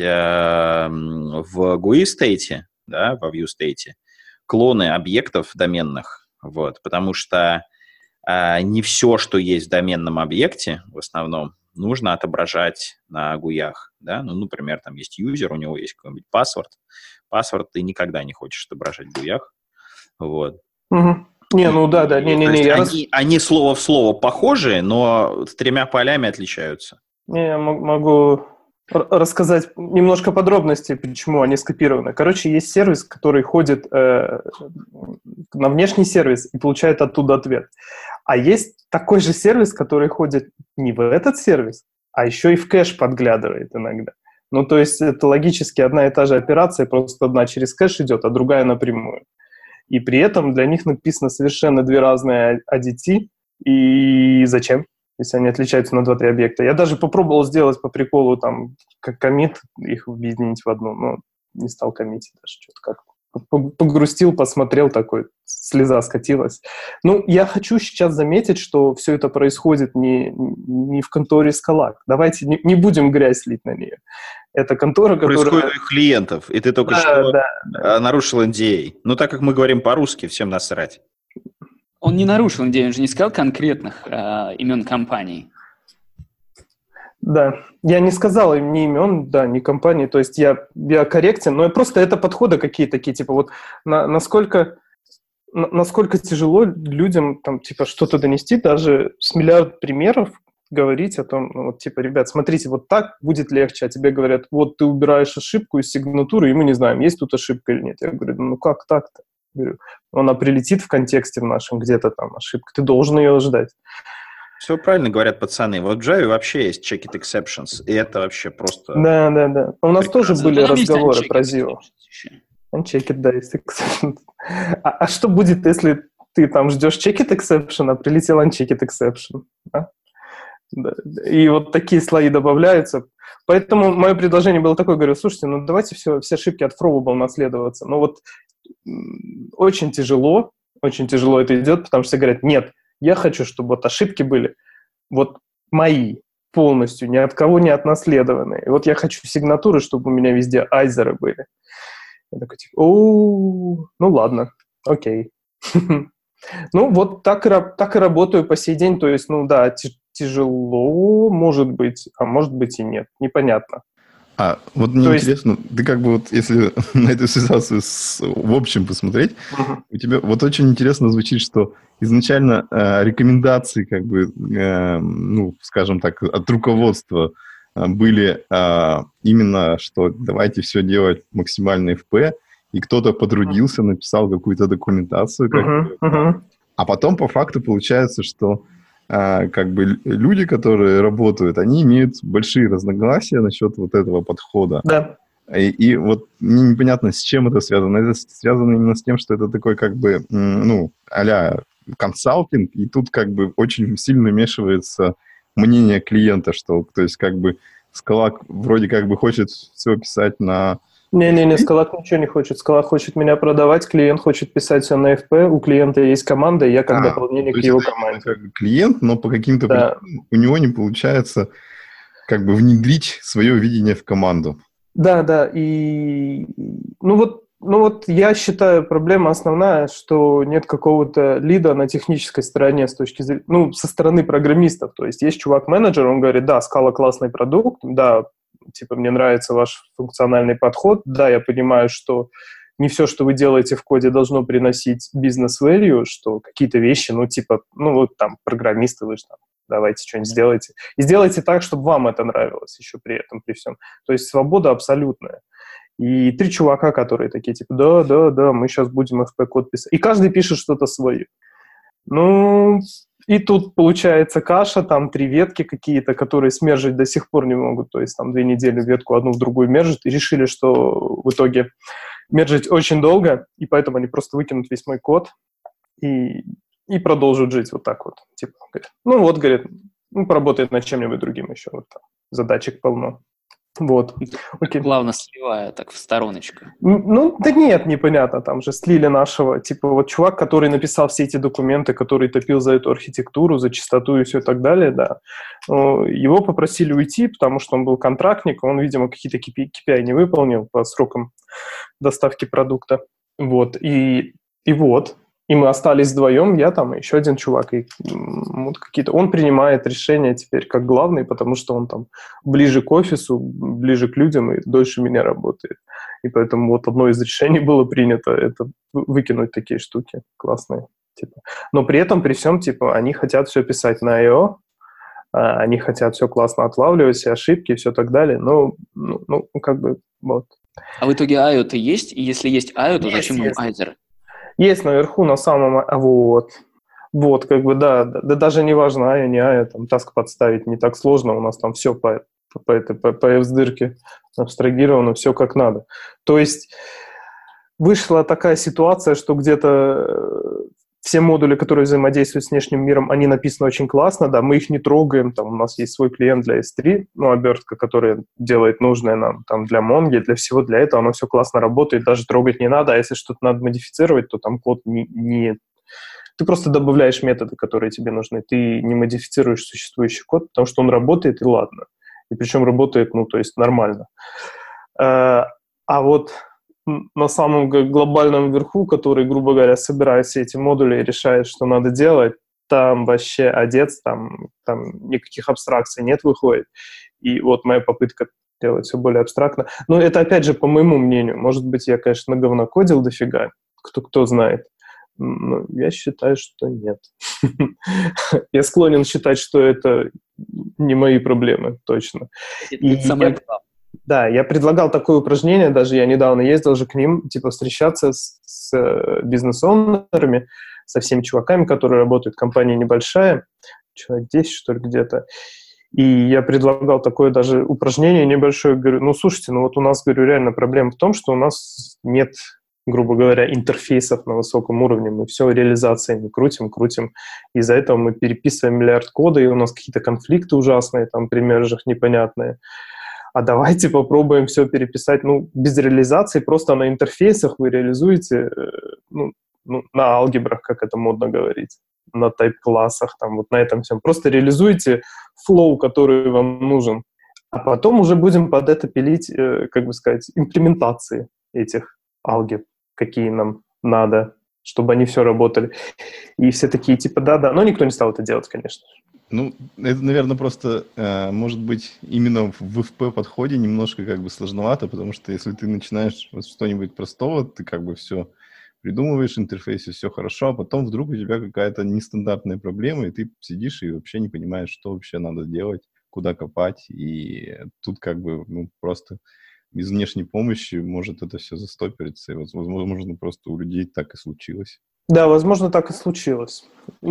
в GUI state, да, во view state, клоны объектов доменных, вот, потому что не все, что есть в доменном объекте, в основном, нужно отображать на гуях, да, ну, например, там есть юзер, у него есть какой-нибудь паспорт ты никогда не хочешь отображать в гуях, вот. Угу. Не, ну да, Они слово в слово похожи, но с 3 полями отличаются. Я могу рассказать немножко подробностей, почему они скопированы. Короче, есть сервис, который ходит на внешний сервис и получает оттуда ответ. А есть такой же сервис, который ходит не в этот сервис, а еще и в кэш подглядывает иногда. Ну, то есть это логически одна и та же операция, просто одна через кэш идет, а другая напрямую. И при этом для них написано совершенно 2 разные ADT. И зачем, если они отличаются на 2-3 объекта? Я даже попробовал сделать по приколу там как коммит, их объединить в одну, но не стал коммитить даже что-то как-то. Погрустил, посмотрел, такой, слеза скатилась. Ну, я хочу сейчас заметить, что все это происходит не в конторе Scala. Давайте не будем грязь лить на нее. Это контора, которая... Происходит у клиентов, и ты только нарушил NDA. Ну, так как мы говорим по-русски, всем насрать. Он не нарушил NDA, он же не сказал конкретных имен компаний. Да, я не сказал им ни имен, да, ни компании, то есть я корректен, но просто это подходы какие-то такие, типа вот насколько тяжело людям там типа что-то донести, даже с миллиард примеров говорить о том, ну, вот типа, ребят, смотрите, вот так будет легче, а тебе говорят, вот ты убираешь ошибку из сигнатуры, и мы не знаем, есть тут ошибка или нет. Я говорю, ну как так-то? Говорю, она прилетит в контексте в нашем, где-то там ошибка, ты должен ее ждать. Все правильно говорят пацаны. Вот в Java вообще есть checked exceptions, и это вообще просто... Да. У нас тоже были разговоры про Zio. Unchecked, да, есть exception. А что будет, если ты там ждешь checked exception, а прилетел unchecked exception? Да? И вот такие слои добавляются. Поэтому мое предложение было такое, говорю, слушайте, ну давайте все ошибки от Throwable наследоваться. Но вот очень тяжело это идет, потому что все говорят, нет, я хочу, чтобы вот ошибки были вот мои, полностью, ни от кого не отнаследованные. И вот я хочу сигнатуры, чтобы у меня везде айзеры были. Я такой, типа, ну ладно, окей. Ну, вот так и работаю по сей день. То есть, ну да, тяжело, может быть, а может быть и нет. Непонятно. Вот мне интересно, ты как бы вот, если на эту ситуацию в общем посмотреть, у тебя вот очень интересно звучит, что изначально рекомендации, как бы, ну, скажем так, от руководства были именно, что давайте все делать максимально FP, и кто-то потрудился, написал какую-то документацию, а потом по факту получается, что как бы люди, которые работают, они имеют большие разногласия насчет вот этого подхода. Да. И вот мне непонятно, с чем это связано. Это связано именно с тем, что это такой как бы, ну, а-ля консалтинг, и тут как бы очень сильно вмешивается мнение клиента, что, то есть как бы Scala вроде как бы хочет все писать на... Не-не-не, Scala ничего не хочет. Scala хочет меня продавать, клиент хочет писать все на FP, у клиента есть команда, и я как дополнение к его команде. Как клиент, но по каким-то причинам у него не получается как бы внедрить свое видение в команду. Да, и ну вот я считаю, проблема основная, что нет какого-то лида на технической стороне с точки зрения, ну, со стороны программистов. То есть чувак-менеджер, он говорит, да, Scala классный продукт, да, типа, мне нравится ваш функциональный подход, да, я понимаю, что не все, что вы делаете в коде, должно приносить бизнес-value, что какие-то вещи, ну, типа, ну, вот там, программисты, вы же там, давайте что-нибудь сделайте. И сделайте так, чтобы вам это нравилось еще при этом, при всем. То есть свобода абсолютная. И 3 чувака, которые такие, типа, да, мы сейчас будем FP-код писать. И каждый пишет что-то свое. Ну, и тут получается каша, там 3 ветки какие-то, которые смержить до сих пор не могут. То есть там 2 недели ветку одну в другую мержат, и решили, что в итоге мержить очень долго, и поэтому они просто выкинут весь мой код и продолжат жить вот так вот. Типа, говорит, поработает над чем-нибудь другим еще. Вот там. Задачек полно. Вот. Окей. Плавно сливая так в стороночку. Ну, да нет, непонятно. Там же слили нашего, типа, вот чувак, который написал все эти документы, который топил за эту архитектуру, за чистоту и все так далее, да. Его попросили уйти, потому что он был контрактник, он, видимо, какие-то KPI не выполнил по срокам доставки продукта. Вот. И вот. И мы остались вдвоем, я там и еще один чувак. И вот какие-то... Он принимает решения теперь как главный, потому что он там ближе к офису, ближе к людям и дольше меня работает. И поэтому вот одно из решений было принято, это выкинуть такие штуки классные. Типа. Но при этом, при всем, типа, они хотят все писать на I.O., они хотят все классно отлавливать, все ошибки и все так далее. Ну, как бы, вот. А в итоге I.O.-то есть? И если есть I.O., то зачем ему Айзер? Есть наверху на самом... Вот, как бы, да, даже не важно, IO, не IO, там, таск подставить не так сложно, у нас там все по F-дырке абстрагировано, все как надо. То есть вышла такая ситуация, что где-то все модули, которые взаимодействуют с внешним миром, они написаны очень классно, да, мы их не трогаем, там у нас есть свой клиент для S3, обертка, которая делает нужное нам там для Mongo, для всего для этого, оно все классно работает, даже трогать не надо, а если что-то надо модифицировать, то там код не... Ты просто добавляешь методы, которые тебе нужны, ты не модифицируешь существующий код, потому что он работает, и ладно. И причем работает, то есть нормально. А вот на самом глобальном верху, который, грубо говоря, собирает все эти модули и решает, что надо делать, там вообще одец, там никаких абстракций нет, выходит. И вот моя попытка делать все более абстрактно. Но это, опять же, по моему мнению. Может быть, я, конечно, наговнокодил дофига, кто знает. Но я считаю, что нет. Я склонен считать, что это не мои проблемы, точно. Это самое главное. Да, я предлагал такое упражнение, даже я недавно ездил же к ним, типа встречаться с бизнес-оунерами, со всеми чуваками, которые работают, компания небольшая, человек 10, что ли, где-то. И я предлагал такое даже упражнение небольшое, говорю, слушайте, вот у нас, говорю, реально проблема в том, что у нас нет, грубо говоря, интерфейсов на высоком уровне, мы все реализациями крутим, из-за этого мы переписываем миллиард кода, и у нас какие-то конфликты ужасные, там, при мержах непонятные. А давайте попробуем все переписать, без реализации, просто на интерфейсах вы реализуете, на алгебрах, как это модно говорить, на тайп-классах, там, вот на этом всем. Просто реализуйте флоу, который вам нужен, а потом уже будем под это пилить, имплементации этих алгебр, какие нам надо, чтобы они все работали. И все такие, типа, да, но никто не стал это делать, конечно же. Это, наверное, просто, может быть, именно в FP-подходе немножко сложновато, потому что если ты начинаешь с что-нибудь простого, ты все придумываешь, интерфейсе все хорошо, а потом вдруг у тебя какая-то нестандартная проблема, и ты сидишь и вообще не понимаешь, что вообще надо делать, куда копать, и тут просто без внешней помощи может это все застопориться, и, возможно, просто у людей так и случилось. Да, возможно, так и случилось.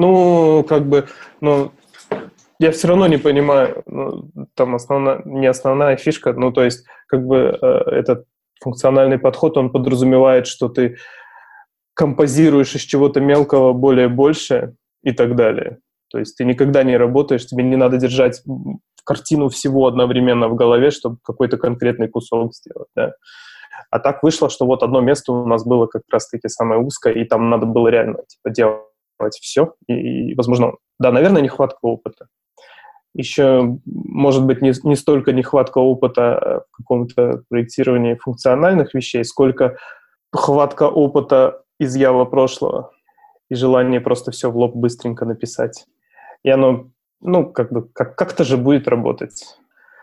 Я все равно не понимаю, там не основная фишка, этот функциональный подход, он подразумевает, что ты композируешь из чего-то мелкого более большее и так далее. То есть ты никогда не работаешь, тебе не надо держать картину всего одновременно в голове, чтобы какой-то конкретный кусок сделать, да. А так вышло, что вот одно место у нас было как раз-таки самое узкое, и там надо было реально делать все. И, возможно, да, наверное, нехватка опыта. Еще, может быть, не столько нехватка опыта в каком-то проектировании функциональных вещей, сколько хватка опыта из Java прошлого и желание просто все в лоб быстренько написать. И оно, как-то же будет работать.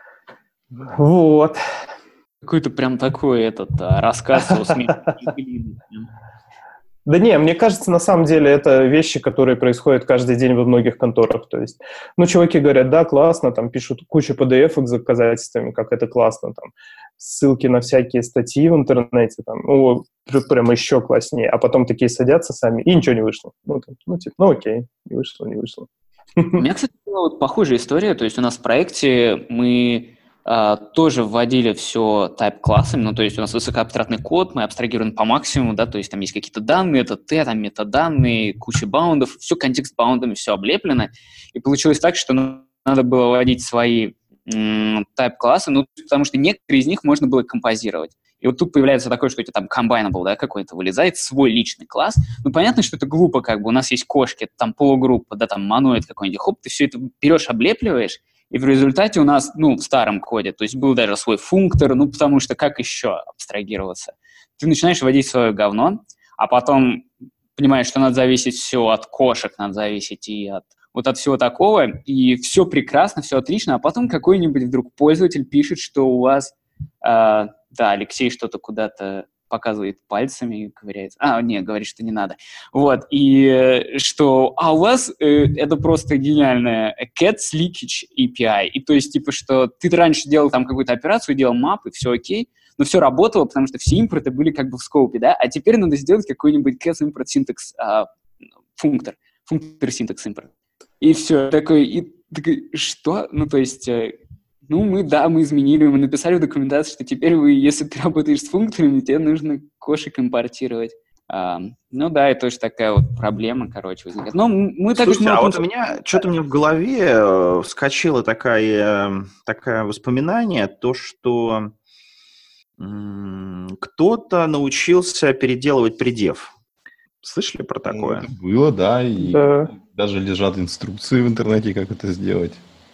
Вот. Какой-то прям такой рассказ о смерти. Да не, мне кажется, на самом деле это вещи, которые происходят каждый день во многих конторах. То есть, чуваки говорят, да, классно, там пишут кучу PDF-ок с доказательствами, как это классно, там, ссылки на всякие статьи в интернете, там, прям еще класснее. А потом такие садятся сами, и ничего не вышло. Окей, не вышло. У меня, кстати, была похожая история. То есть у нас в проекте мы тоже вводили все type-классами, то есть у нас высокоабстрактный код, мы абстрагируем по максимуму, да, то есть там есть какие-то данные, это T, там метаданные, куча баундов, все контекст-баундами, все облеплено, и получилось так, что надо было вводить свои type-классы, потому что некоторые из них можно было композировать. И вот тут появляется такое, что у тебя там combinable, да, какой-то вылезает, свой личный класс. Понятно, что это глупо, у нас есть кошки, это там полугруппа, да, там моноид какой-нибудь, хоп, ты все это берешь, облепливаешь, и в результате у нас, в старом коде, то есть был даже свой функтор, потому что как еще абстрагироваться? Ты начинаешь вводить свое говно, а потом понимаешь, что надо зависеть все от кошек, надо зависеть и от всего такого, и все прекрасно, все отлично, а потом какой-нибудь вдруг пользователь пишет, что у вас, Алексей что-то куда-то показывает пальцами и ковыряется. Говорит, что не надо. Вот, и что... у вас это просто гениальная Cats Leakage API. И то есть, что ты раньше делал там какую-то операцию, делал map, и все окей, но все работало, потому что все импорты были в скопе, да, а теперь надо сделать какой-нибудь Cats Import Syntax функтор Syntax Import. И все, такой, что? Мы изменили, мы написали в документации, что теперь если ты работаешь с функторами, тебе нужно кошек импортировать. И тоже такая вот проблема, возникает. Но мы так... Слушайте, вот у меня, что-то мне в голове вскочило такое воспоминание, то, что кто-то научился переделывать придев. Слышали про такое? Это было, да, и даже лежат инструкции в интернете, как это сделать.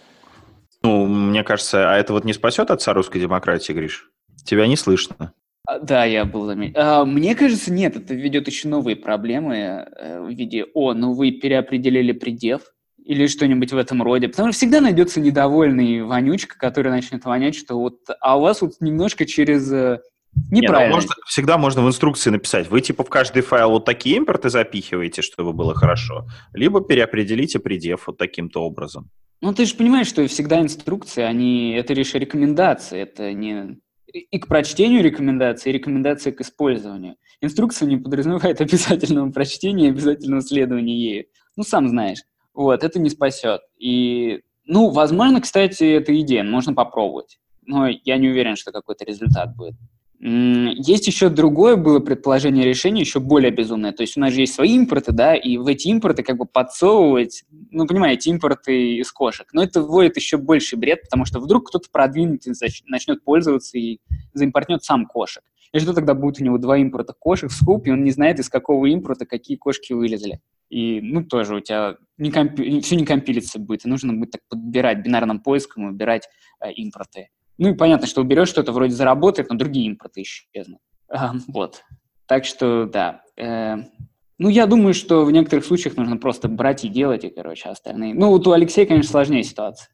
Мне кажется, это вот не спасет отца русской демократии, Гриш? Тебя не слышно. Да, я был заметен. Мне кажется, нет, это ведет еще новые проблемы в виде, вы переопределили придев или что-нибудь в этом роде. Потому что всегда найдется недовольный вонючка, который начнет вонять, что у вас немножко через... неправильно. Всегда можно в инструкции написать. Вы в каждый файл вот такие импорты запихиваете, чтобы было хорошо, либо переопределите придев вот таким-то образом. Ты же понимаешь, что всегда инструкции, это лишь рекомендации, это не... И к прочтению рекомендации, и рекомендации к использованию. Инструкция не подразумевает обязательного прочтения, обязательного следования ею. Сам знаешь. Это не спасет. И, возможно, кстати, это идея, можно попробовать. Но я не уверен, что какой-то результат будет. Есть еще другое было предположение решения, еще более безумное. То есть у нас же есть свои импорты, да, и в эти импорты подсовывать, понимаете, импорты из кошек. Но это вводит еще больший бред, потому что вдруг кто-то продвинутый начнет пользоваться и заимпортнет сам кошек. И что тогда будет у него 2 импорта кошек в скоп, и он не знает, из какого импорта какие кошки вылезли. И, тоже у тебя все не компилится будет, и нужно будет так подбирать бинарным поиском, выбирать импорты. И понятно, что уберешь что-то, вроде заработает, но другие импорты исчезнут. Так что, да. Я думаю, что в некоторых случаях нужно просто брать и делать, и, остальные... у Алексея, конечно, сложнее ситуация.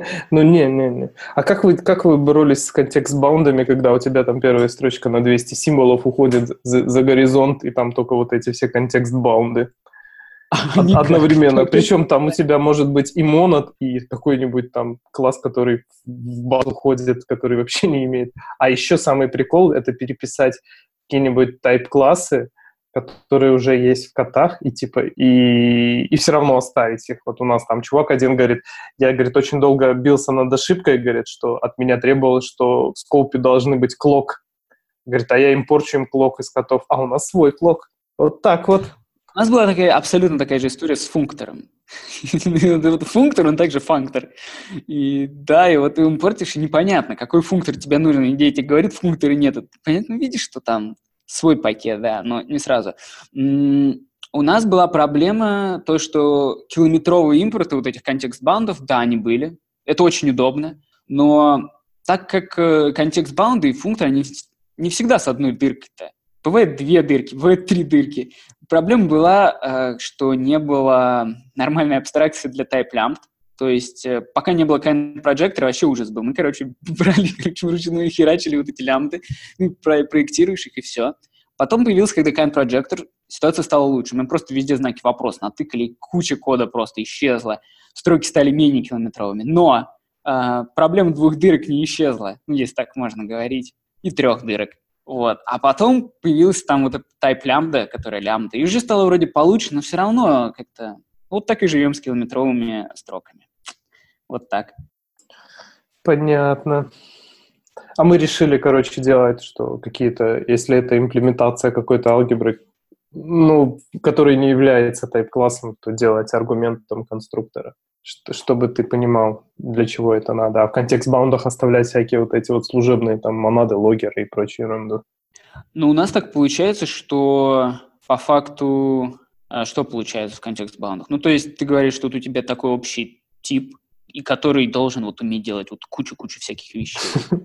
Не. А как вы боролись с контекст-баундами, когда у тебя там первая строчка на 200 символов уходит за горизонт, и там только вот эти все контекст-баунды? Одновременно. Причем там у тебя может быть и монод, и какой-нибудь там класс, который в базу ходит, который вообще не имеет. А еще самый прикол — это переписать какие-нибудь type-классы, которые уже есть в котах, и все равно оставить их. Вот у нас там чувак один говорит, я, очень долго бился над ошибкой, говорит, что от меня требовалось, что в скопе должны быть клок. Говорит, а я импорчу им клок из котов, а у нас свой клок. Вот так вот. У нас была абсолютно такая же история с функтором. Функтор, он также функтор. И да, и ты импортишь, и непонятно, какой функтор тебе нужен. Идея тебе говорит, функтора нет. Понятно, видишь, что там свой пакет, да, но не сразу. У нас была проблема, то, что километровые импорты вот этих контекст-баундов, да, они были. Это очень удобно, но так как контекст-баунды и функторы, они не всегда с одной дыркой-то. Бывает 2 дырки, бывает 3 дырки. Проблема была, что не было нормальной абстракции для type-lambda. То есть пока не было kind-проджектора, вообще ужас был. Мы, брали, вручную херачили вот эти лямбды, проектируешь их и все. Потом появился, когда kind-проджектор, ситуация стала лучше. Мы просто везде знаки вопроса натыкали, куча кода просто исчезла, строки стали менее километровыми. Но проблема 2 дырок не исчезла, если так можно говорить, и 3 дырок. Вот. А потом появился там вот этот type лямбда, которая лямбда, и уже стало вроде получше, но все равно как-то вот так и живем с километровыми строками. Вот так. Понятно. А мы решили, делать, что какие-то, если это имплементация какой-то алгебры, который не является type-классом, то делать аргументом конструктора, чтобы ты понимал, для чего это надо. А в контекст-баундах оставлять всякие вот эти вот служебные там монады, логеры и прочую ерунду. У нас так получается, что по факту что получается в контекст-баундах? То есть ты говоришь, что вот у тебя такой общий тип, и который должен вот уметь делать вот кучу-кучу всяких вещей.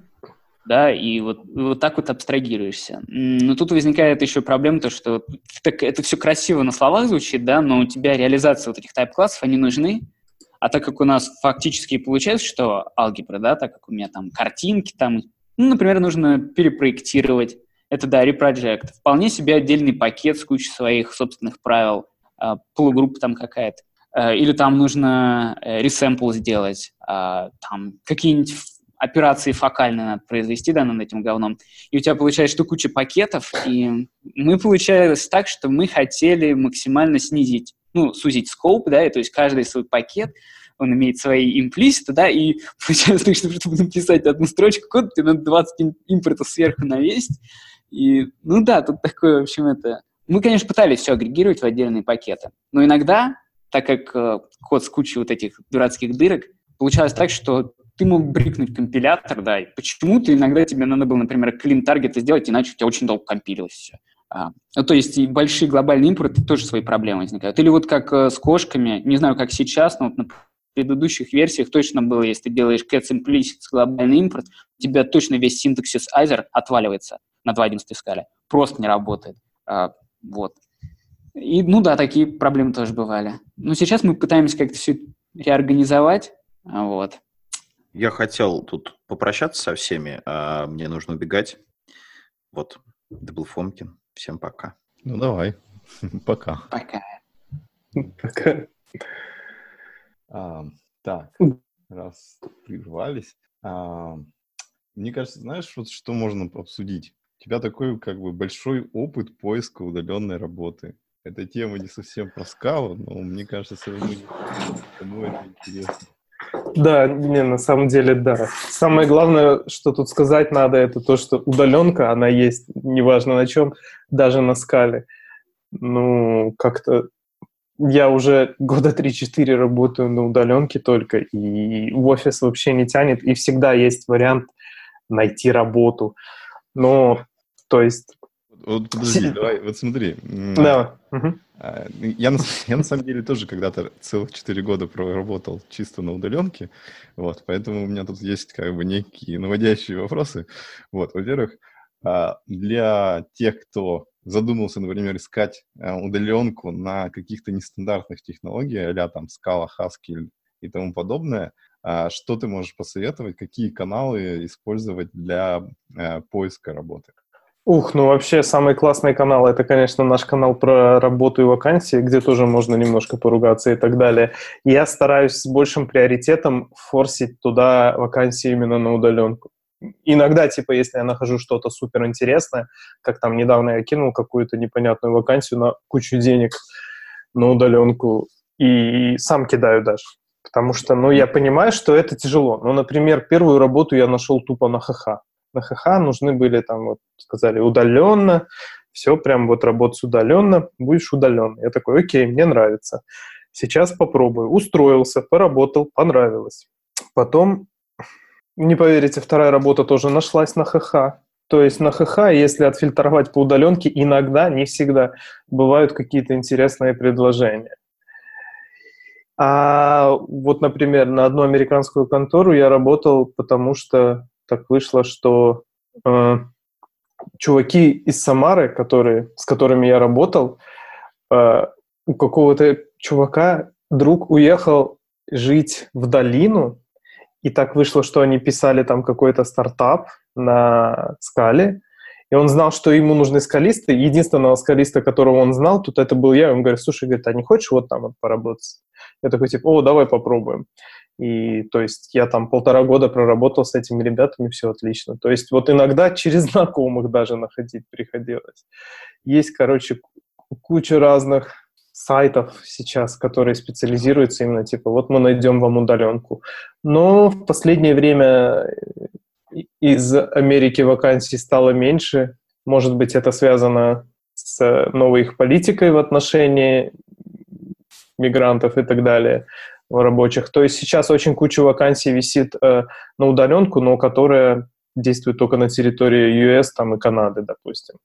Да, и вот так вот абстрагируешься. Но тут возникает еще проблема, то, что это все красиво на словах звучит, да, но у тебя реализация вот этих тайп-классов, они нужны, а так как у нас фактически получается, что алгебра, да, так как у меня там картинки, там, например, нужно перепроектировать, это, да, репроджект, вполне себе отдельный пакет с кучей своих собственных правил, полугруппа там какая-то, или там нужно ресэмпл сделать, там какие-нибудь операции фокальные надо произвести, да, над этим говном, и у тебя получается, что куча пакетов, и мы получалось так, что мы хотели максимально снизить, сузить скоуп, да, и то есть каждый свой пакет, он имеет свои имплиситы, да, и получается, что чтобы написать одну строчку кода, тебе надо 20 импортов сверху навесить, и, да, тут такое, в общем, это... Мы, конечно, пытались все агрегировать в отдельные пакеты, но иногда, так как код с кучей вот этих дурацких дырок, получалось так, что ты мог брикнуть компилятор, да, и почему-то иногда тебе надо было, например, clean-таргеты сделать, иначе у тебя очень долго компилилось все. То есть и большие глобальные импорты тоже свои проблемы возникают. Или вот как с кошками, не знаю, как сейчас, но вот на предыдущих версиях точно было, если ты делаешь cats implicit глобальный импорт, у тебя точно весь синтаксис either отваливается на 2.11 скале. Просто не работает. Вот. И, да, такие проблемы тоже бывали. Но сейчас мы пытаемся как-то все реорганизовать. Вот. Я хотел тут попрощаться со всеми, а мне нужно убегать. Вот, это был Фомкин. Всем пока. Давай. Пока. Пока. Пока. Так, раз прервались. Мне кажется, знаешь, вот что можно обсудить? У тебя такой большой опыт поиска удаленной работы. Эта тема не совсем про скалу, но мне кажется, все равно кому это интересно. Да, на самом деле, да. Самое главное, что тут сказать надо, это то, что удаленка, она есть, неважно на чем, даже на скале. Как-то я уже года 3-4 работаю на удаленке только, и в офис вообще не тянет, и всегда есть вариант найти работу. То есть... Вот подожди, давай, вот смотри. Да. Я на самом деле тоже когда-то целых 4 года проработал чисто на удаленке, вот, поэтому у меня тут есть некие наводящие вопросы. Вот, во-первых, для тех, кто задумался, например, искать удаленку на каких-то нестандартных технологиях, а-ля там Scala, Haskell и тому подобное, что ты можешь посоветовать, какие каналы использовать для поиска работы? Вообще самый классный канал — это, конечно, наш канал про работу и вакансии, где тоже можно немножко поругаться и так далее. Я стараюсь с большим приоритетом форсить туда вакансии именно на удаленку. Иногда, если я нахожу что-то суперинтересное, как там недавно я кинул какую-то непонятную вакансию на кучу денег на удаленку, и сам кидаю даже. Потому что, я понимаю, что это тяжело. Например, первую работу я нашел тупо на ХХ. На ХХ нужны были, сказали, удаленно, все, прям работать удаленно, будешь удаленно. Я такой, окей, мне нравится. Сейчас попробую. Устроился, поработал, понравилось. Потом, не поверите, вторая работа тоже нашлась на ХХ. То есть на ХХ, если отфильтровать по удаленке, иногда, не всегда, бывают какие-то интересные предложения. А вот, например, на одну американскую контору я работал, потому что так вышло, что чуваки из Самары, с которыми я работал, у какого-то чувака друг уехал жить в долину, и так вышло, что они писали там какой-то стартап на скале, и он знал, что ему нужны скалисты. Единственного скалиста, которого он знал, тут это был я. Он говорит, слушай, говорит, а не хочешь вот там вот поработать? Я такой, типа, о, давай попробуем. И, то есть, я там 1,5 года проработал с этими ребятами, все отлично. То есть, вот иногда через знакомых даже находить приходилось. Есть, короче, куча разных сайтов сейчас, которые специализируются именно, типа, вот мы найдем вам удаленку. Но в последнее время из Америки вакансий стало меньше. Может быть, это связано с новой их политикой в отношении мигрантов и так далее, рабочих. То есть сейчас очень куча вакансий висит на удаленку, но которая действует только на территории US там, и Канады, допустим.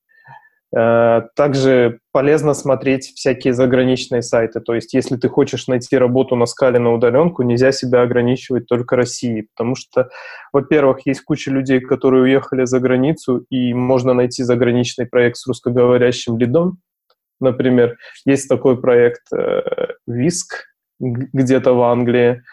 Также полезно смотреть всякие заграничные сайты. То есть если ты хочешь найти работу на скале на удаленку, нельзя себя ограничивать только Россией, потому что, во-первых, есть куча людей, которые уехали за границу, и можно найти заграничный проект с русскоговорящим лидом. Например, есть такой проект WISC где-то в Англии,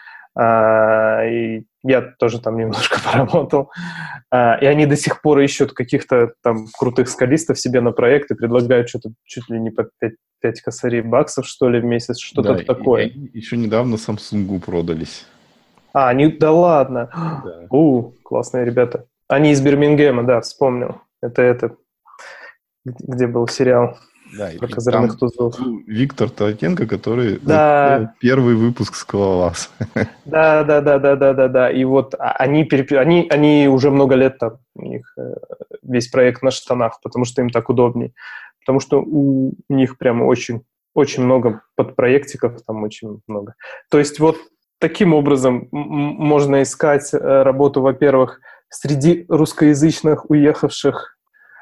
и я тоже там немножко поработал. И они до сих пор ищут каких-то там крутых скалистов себе на проект и предлагают что-то чуть ли не по 5 косарей баксов, что ли, в месяц, что-то Да, такое. И еще недавно Samsung продались. Да ладно. Да. Классные ребята. Они из Бирмингема, да, вспомнил. Это, где был сериал. Да, про козырных тузов. Виктор Толотенко, который да. первый выпуск «Скалолаз». Да. И вот они уже много лет там, у них весь проект на штанах, потому что им так удобнее. Потому что у них прямо очень, очень много подпроектиков, там очень много. То есть вот таким образом можно искать работу, во-первых, среди русскоязычных уехавших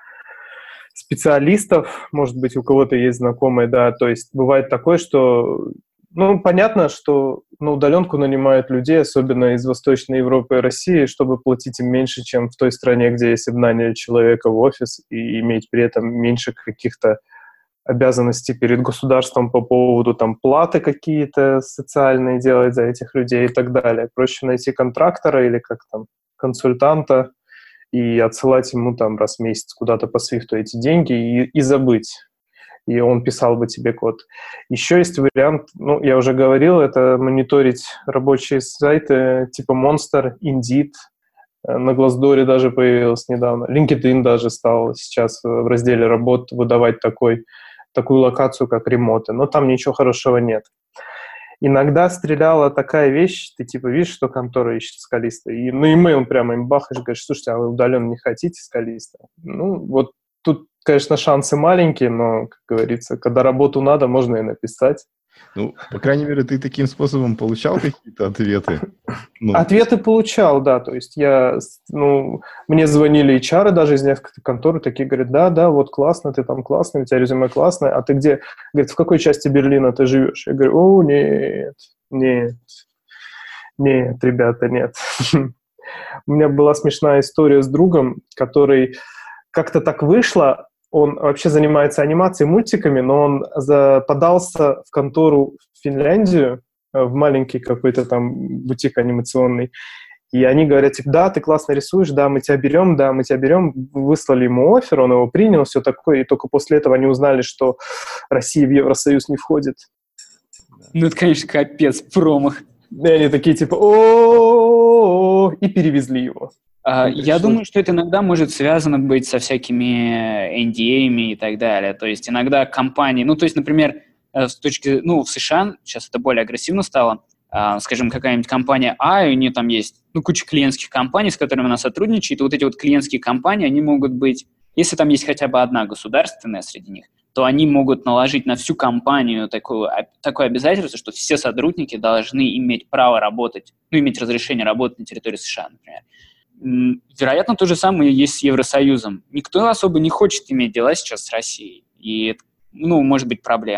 специалистов, может быть, у кого-то есть знакомые, да, то есть бывает такое, что, понятно, что на удаленку нанимают людей, особенно из Восточной Европы и России, чтобы платить им меньше, чем в той стране, где если бы наняли человека в офис и иметь при этом меньше каких-то обязанностей перед государством по поводу там платы какие-то социальные делать за этих людей и так далее. Проще найти контрактора или как там консультанта, и отсылать ему там раз в месяц куда-то по свифту эти деньги и забыть. И он писал бы тебе код. Еще есть вариант, я уже говорил, это мониторить рабочие сайты типа Monster, Indeed, на Glassdoor даже появилось недавно. LinkedIn даже стал сейчас в разделе работ выдавать такую локацию, как ремоты. Но там ничего хорошего нет. Иногда стреляла такая вещь, ты типа видишь, что контора ищет скалиста, и на имейл прямо им бахаешь, говоришь, слушайте, а вы удаленно не хотите скалиста? Вот тут, конечно, шансы маленькие, но, как говорится, когда работу надо, можно и написать. По крайней мере, ты таким способом получал какие-то ответы? Ответы получал, да, то есть мне звонили HR даже из нескольких контор, такие говорят, да, вот классно, ты там классный, у тебя резюме классное, а ты где? Говорит, в какой части Берлина ты живешь? Я говорю, нет, ребята, нет. У меня была смешная история с другом, который как-то так вышло, он вообще занимается анимацией, мультиками, но он подался в контору в Финляндию, в маленький какой-то там бутик анимационный, и они говорят, типа, да, ты классно рисуешь, да, мы тебя берем, выслали ему оффер, он его принял, все такое, и только после этого они узнали, что Россия в Евросоюз не входит. Это, конечно, капец, промах. И они такие, типа, о и перевезли его. Я думаю, что это иногда может связано быть со всякими NDA-ами и так далее. То есть иногда компании, например, в США сейчас это более агрессивно стало, скажем, какая-нибудь компания А, и у нее там есть куча клиентских компаний, с которыми она сотрудничает, и вот эти вот клиентские компании, они могут быть, если там есть хотя бы одна государственная среди них, то они могут наложить на всю компанию такое обязательство, что все сотрудники должны иметь право работать, иметь разрешение работать на территории США, например. Вероятно, то же самое есть с Евросоюзом. Никто особо не хочет иметь дела сейчас с Россией, и это, может быть проблемой.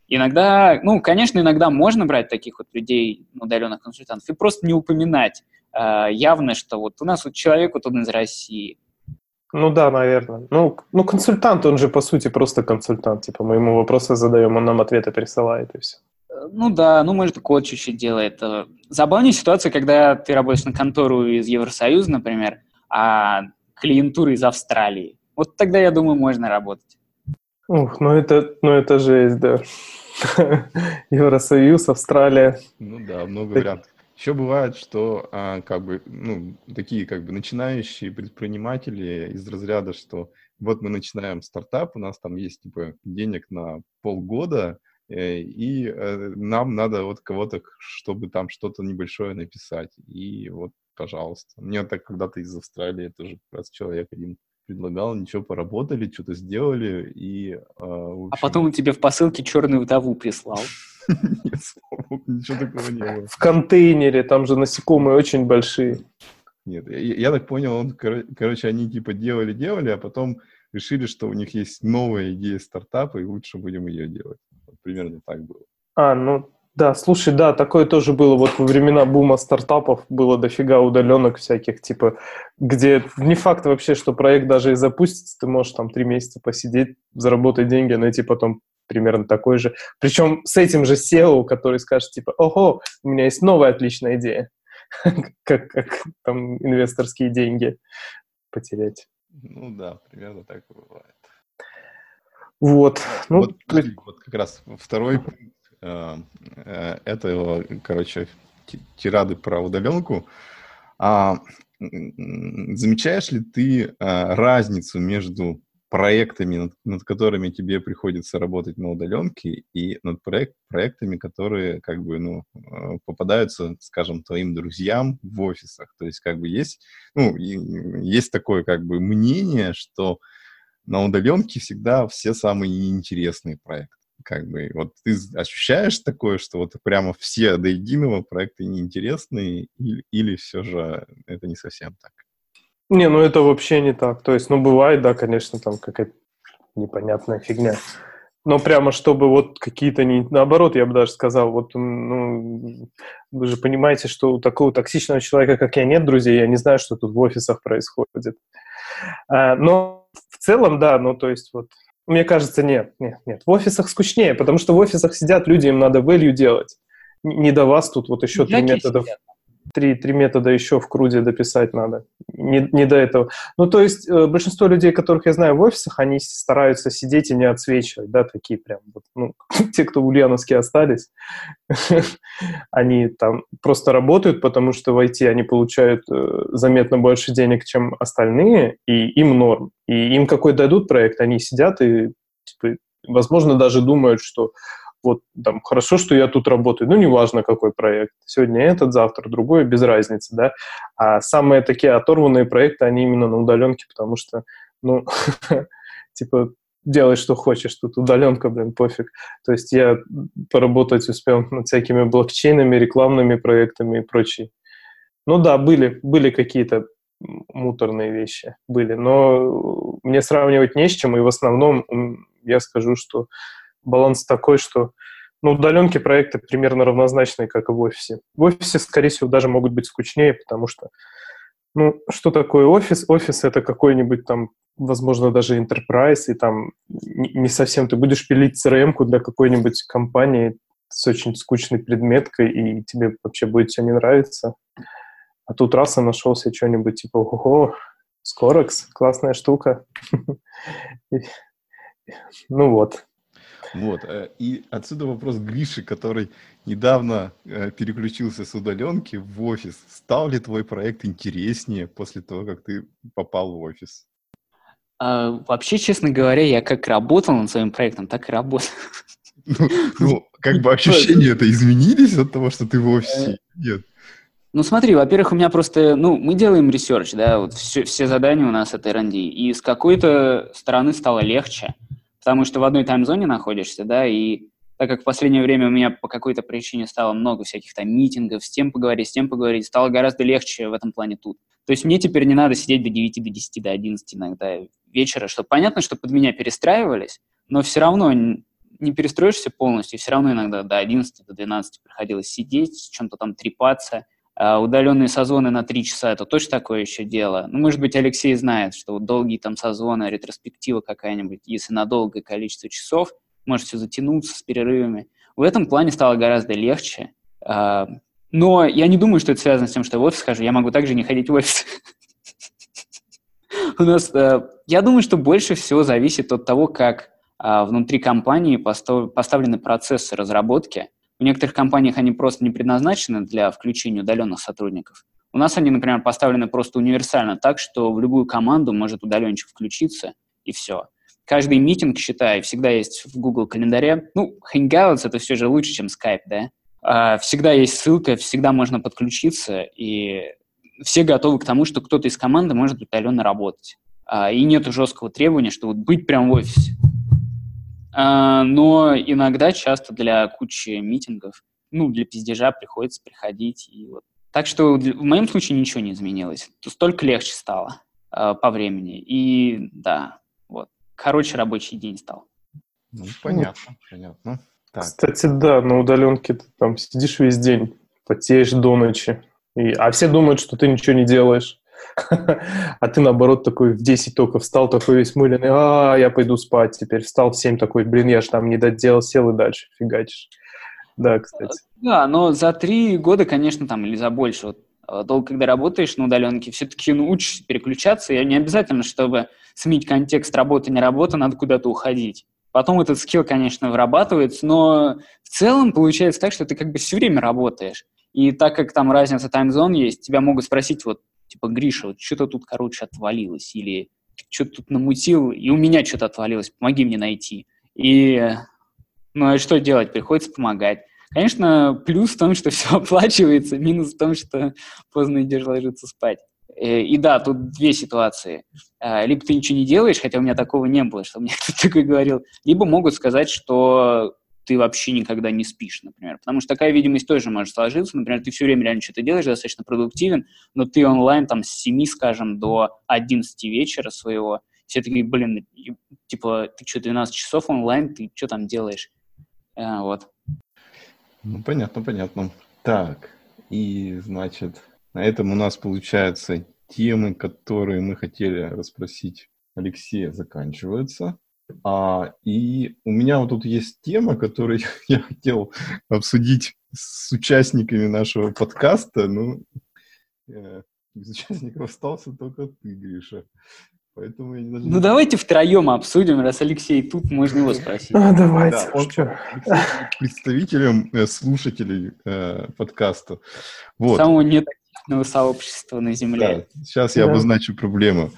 Иногда, ну, конечно, иногда можно брать таких вот людей, удаленных консультантов, и просто не упоминать явно, что вот у нас вот человек вот он из России. Ну да, наверное. Ну, консультант, он же по сути просто консультант. Типа мы ему вопросы задаем, он нам ответы присылает и все. Ну да, ну может код чуть-чуть делает. Забавная ситуация, когда ты работаешь на контору из Евросоюза, например, а клиентура из Австралии. Вот тогда, я думаю, можно работать. Ух, ну это жесть, да. Евросоюз, Австралия. Ну да, много вариантов. Еще бывает, что такие как бы начинающие предприниматели из разряда, что вот мы начинаем стартап, у нас там есть типа денег на полгода, и нам надо вот кого-то, чтобы там что-то небольшое написать. И вот, пожалуйста. Мне так когда-то из Австралии тоже как раз человек один предлагал, ничего, поработали, что-то сделали, и... А потом он тебе в посылке черную вдову прислал. Нет, слава богу, ничего такого не было. В контейнере, там же насекомые очень большие. Нет, я так понял, короче, они типа делали, а потом решили, что у них есть новая идея стартапа, и лучше будем ее делать. Вот, примерно так было. Ну да, слушай, да, такое тоже было вот во времена бума стартапов, было дофига удаленок всяких, типа, где не факт вообще, что проект даже и запустится, ты можешь там 3 месяца посидеть, заработать деньги, найти потом примерно такой же. Причем с этим же SEO, который скажет, типа, ого, у меня есть новая отличная идея, как там инвесторские деньги потерять. Ну да, примерно так и бывает. Вот. Вот как раз второй пункт этого, короче, тирады про удаленку. Замечаешь ли ты разницу между проектами, над которыми тебе приходится работать на удаленке, и над проектами, которые как бы, попадаются, скажем, твоим друзьям в офисах? То есть как бы есть такое как бы мнение, что на удаленке всегда все самые неинтересные проекты. Как бы, вот ты ощущаешь такое, что вот прямо все до единого проекты неинтересные, или все же это не совсем так? Не, это вообще не так. То есть, бывает, да, конечно, там какая-то непонятная фигня. Но прямо чтобы вот какие-то... Наоборот, я бы даже сказал, вот, вы же понимаете, что у такого токсичного человека, как я, нет друзей, я не знаю, что тут в офисах происходит. Но в целом, да, то есть вот... Мне кажется, нет. В офисах скучнее, потому что в офисах сидят люди, им надо value делать. Не до вас тут вот еще 3 метода. 3 метода еще в круде дописать надо. Не до этого. То есть большинство людей, которых я знаю в офисах, они стараются сидеть и не отсвечивать, да, такие прям вот, те, кто в Ульяновске остались, они там просто работают, потому что в IT они получают заметно больше денег, чем остальные, и им норм. И им какой дадут проект, они сидят и, типа, возможно, даже думают, что вот там хорошо, что я тут работаю, неважно, какой проект. Сегодня этот, завтра другой, без разницы, да. А самые такие оторванные проекты, они именно на удаленке, потому что, типа, делай, что хочешь, тут удаленка, пофиг. То есть я поработать успел над всякими блокчейнами, рекламными проектами и прочее. Да, были какие-то муторные вещи, но мне сравнивать не с чем, и в основном я скажу, что баланс такой, что на удаленке проекты примерно равнозначные, как и в офисе. В офисе, скорее всего, даже могут быть скучнее, потому что, что такое офис? Офис — это какой-нибудь там, возможно, даже enterprise, и там не совсем ты будешь пилить CRM-ку для какой-нибудь компании с очень скучной предметкой, и тебе вообще будет все не нравиться. А тут раз и нашелся что-нибудь типа «Ого, Скорекс, классная штука». Вот. Вот, и отсюда вопрос Гриши, который недавно переключился с удаленки в офис. Стал ли твой проект интереснее после того, как ты попал в офис? Вообще, честно говоря, я как работал над своим проектом, так и работал. Как бы ощущения-то изменились от того, что ты в офисе? Нет. Смотри, во-первых, у меня просто, мы делаем ресерч, да, вот все задания у нас это R&D, и с какой-то стороны стало легче, потому что в одной таймзоне находишься, да, и так как в последнее время у меня по какой-то причине стало много всяких там митингов, с тем поговорить, стало гораздо легче в этом плане тут. То есть мне теперь не надо сидеть до 9, до 10, до 11 иногда вечера, чтобы понятно, что под меня перестраивались, но все равно не перестроишься полностью, все равно иногда до 11, до 12 приходилось сидеть, с чем-то там трепаться. А удаленные созвоны на 3 часа – это точно такое еще дело. Ну, может быть, Алексей знает, что вот долгие там созвоны, ретроспектива какая-нибудь, если на долгое количество часов, может все затянуться с перерывами. В этом плане стало гораздо легче. Но я не думаю, что это связано с тем, что я в офис хожу. Я могу также не ходить в офис. У нас, я думаю, что больше всего зависит от того, как внутри компании поставлены процессы разработки. В некоторых компаниях они просто не предназначены для включения удаленных сотрудников. У нас они, например, поставлены просто универсально так, что в любую команду может удаленщик включиться, и все. Каждый митинг, считай, всегда есть в Google календаре. Ну, Hangouts — это все же лучше, чем Skype, да? Всегда есть ссылка, всегда можно подключиться, и все готовы к тому, что кто-то из команды может удаленно работать. И нет жесткого требования, что вот быть прямо в офисе. Но иногда, часто для кучи митингов, ну, для пиздежа приходится приходить. И вот. Так что в моем случае ничего не изменилось. Только легче стало по времени. И да, вот. Короче, рабочий день стал. Ну, понятно. Так. Кстати, да, на удаленке ты там сидишь весь день, потеешь до ночи. А все думают, что ты ничего не делаешь. А ты, наоборот, такой в 10 только встал, такой весь мыленый, я пойду спать теперь. Встал в 7 такой, я же там не доделал, сел и дальше фигачишь. Да, кстати. Да, но за 3 года, конечно, там, или за больше, вот, долго, когда работаешь на удаленке, все-таки учишься переключаться, и не обязательно, чтобы сменить контекст работы, не работы, надо куда-то уходить. Потом этот скилл, конечно, вырабатывается, но в целом получается так, что ты как бы все время работаешь. И так как там разница таймзон есть, тебя могут спросить, вот, типа, Гриша, вот что-то тут, короче, отвалилось, или что-то тут намутил, и у меня что-то отвалилось, помоги мне найти. И, ну, а что делать? Приходится помогать. Конечно, плюс в том, что все оплачивается, минус в том, что поздно идешь ложиться спать. И да, тут 2 ситуации. Либо ты ничего не делаешь, хотя у меня такого не было, что мне кто-то такой говорил, либо могут сказать, что ты вообще никогда не спишь, например. Потому что такая видимость тоже может сложиться. Например, ты все время реально что-то делаешь, достаточно продуктивен, но ты онлайн там с 7, скажем, до 11 вечера своего. Все такие, блин, типа, ты что, 12 часов онлайн, ты что там делаешь? Вот. Ну, понятно. Так, и, значит, на этом у нас, получается, темы, которые мы хотели расспросить Алексея, заканчиваются. И у меня вот тут есть тема, которую я хотел обсудить с участниками нашего подкаста. Ну, из участников остался только ты, Гриша. Поэтому я не даже... Ну, давайте втроем обсудим, раз Алексей тут, можно его спросить. Давайте. Да, он представителем слушателей подкаста. Вот. Самого нетоксичного сообщества на Земле. Да, сейчас я обозначу проблему.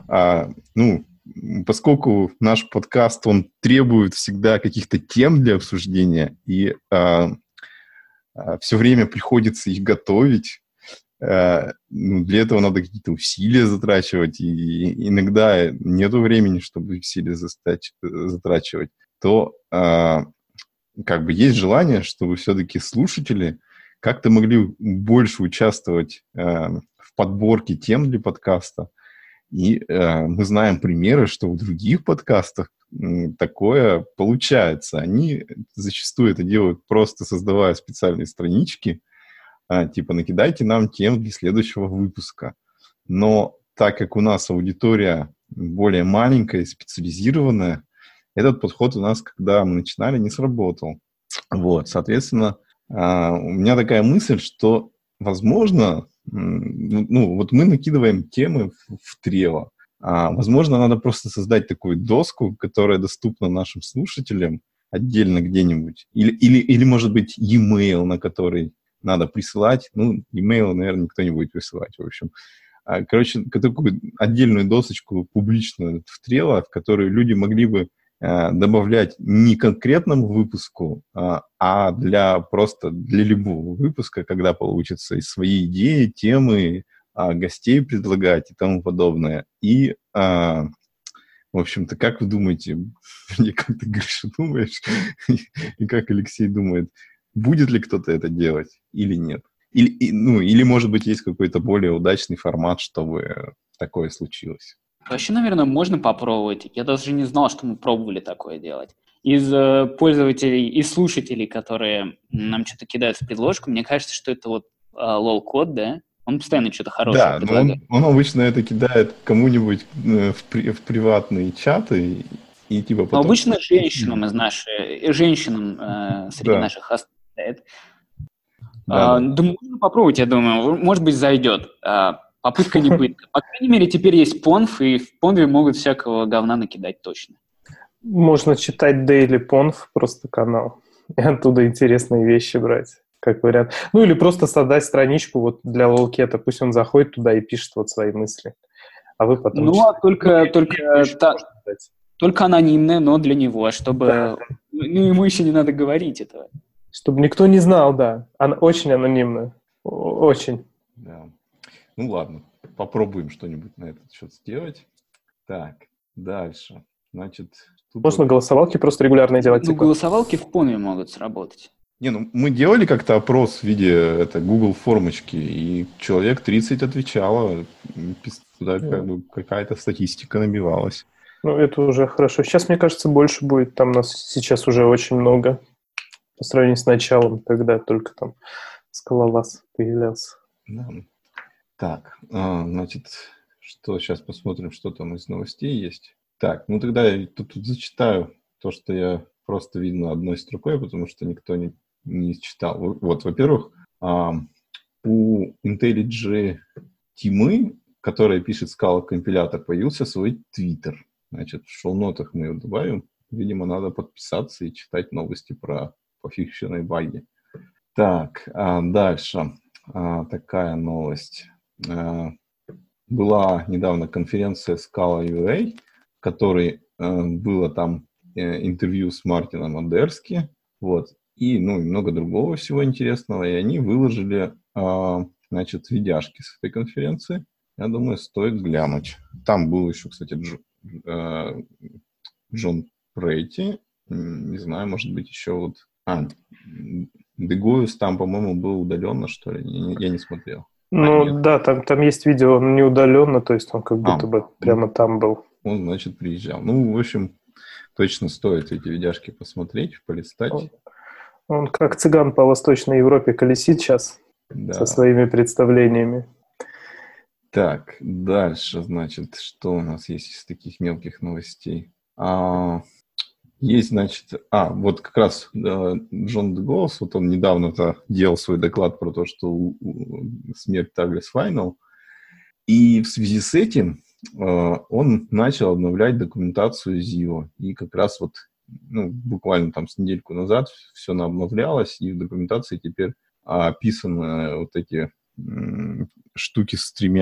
Поскольку наш подкаст, он требует всегда каких-то тем для обсуждения, и все время приходится их готовить, для этого надо какие-то усилия затрачивать, и иногда нету времени, чтобы усилия затрачивать, то как бы есть желание, чтобы все-таки слушатели как-то могли больше участвовать в подборке тем для подкаста. И мы знаем примеры, что в других подкастах такое получается. Они зачастую это делают, просто создавая специальные странички, типа накидайте нам тем для следующего выпуска. Но так как у нас аудитория более маленькая, специализированная, этот подход у нас, когда мы начинали, не сработал. Вот, соответственно, у меня такая мысль, что, возможно, вот мы накидываем темы в Trello. Возможно, надо просто создать такую доску, которая доступна нашим слушателям отдельно где-нибудь. Или может быть, e-mail, на который надо присылать. E-mail, наверное, никто не будет присылать, в общем. Короче, такую отдельную досочку публичную в Trello, в которую люди могли бы добавлять не конкретному выпуску, а просто для любого выпуска, когда получится и свои идеи, темы, гостей предлагать и тому подобное. И, в общем-то, как вы думаете, как ты, Гриша, думаешь, и как Алексей думает, будет ли кто-то это делать или нет? Или, может быть, есть какой-то более удачный формат, чтобы такое случилось? Вообще, наверное, можно попробовать. Я даже не знал, что мы пробовали такое делать. из пользователей и слушателей, которые нам что-то кидают в предложку, мне кажется, что это вот лол-код, да? Он постоянно что-то хорошее Да, но предлагает. он обычно это кидает кому-нибудь в приватные чаты и типа Но потом... обычно женщинам среди Да, наших хостов. да. Да, можно попробовать, я думаю. Может быть, зайдет. Попытка не пытка. По крайней мере, теперь есть Понф, и в Понве могут всякого говна накидать точно. Можно читать Daily Ponf, просто канал, и оттуда интересные вещи брать, как вариант. Ну или просто создать страничку вот для лолкета, пусть он заходит туда и пишет вот свои мысли, а вы потом Ну, а читаете. только анонимное, но для него, чтобы... Да. Ну, ему еще не надо говорить этого. Чтобы никто не знал, да. Она очень анонимная. Очень. Да. Ну ладно, попробуем что-нибудь на этот счет сделать. Так, дальше. Значит, тут Можно голосовалки просто регулярно делать. Ну, голосовалки в Понве могут сработать. Не, ну мы делали как-то опрос в виде Google формочки, и человек 30 отвечало, туда как бы какая-то статистика набивалась. Ну, это уже хорошо. Сейчас, мне кажется, больше будет. Там нас сейчас уже очень много по сравнению с началом, когда только там Скалолаз появлялся. Да. Так, значит, что сейчас посмотрим, что там из новостей есть. Так, ну тогда я тут зачитаю то, что я просто видно одной строкой, потому что никто не читал. Вот, во-первых, у IntelliJ Тимы, которая пишет Scala-компилятор, появился свой твиттер. Значит, в шоу-нотах мы его добавим. Видимо, надо подписаться и читать новости по фикшенной баге. Так, дальше. Такая новость. Была недавно конференция Scala UA, в которой было там интервью с Мартином Андерски, вот, и много другого всего интересного, и они выложили, значит, видяшки с этой конференции. Я думаю, стоит глянуть. Там был еще, кстати, Джон Прейти, не знаю, может быть, еще вот... Дегуис там, по-моему, был удаленно, что ли? Я не смотрел. Ну, да, там есть видео, он не удаленно, то есть он как будто бы прямо там был. Он, значит, приезжал. Ну, в общем, точно стоит эти видяшки посмотреть, полистать. Он как цыган по Восточной Европе колесит сейчас со своими представлениями. Так, дальше, значит, что у нас есть из таких мелких новостей? Есть, значит... вот как раз Джон Деголс, вот он недавно делал свой доклад про то, что смерть Таглис Файнал, и в связи с этим он начал обновлять документацию ZIO. И как раз вот, буквально там с недельку назад все обновлялось, и в документации теперь описаны вот эти штуки с 3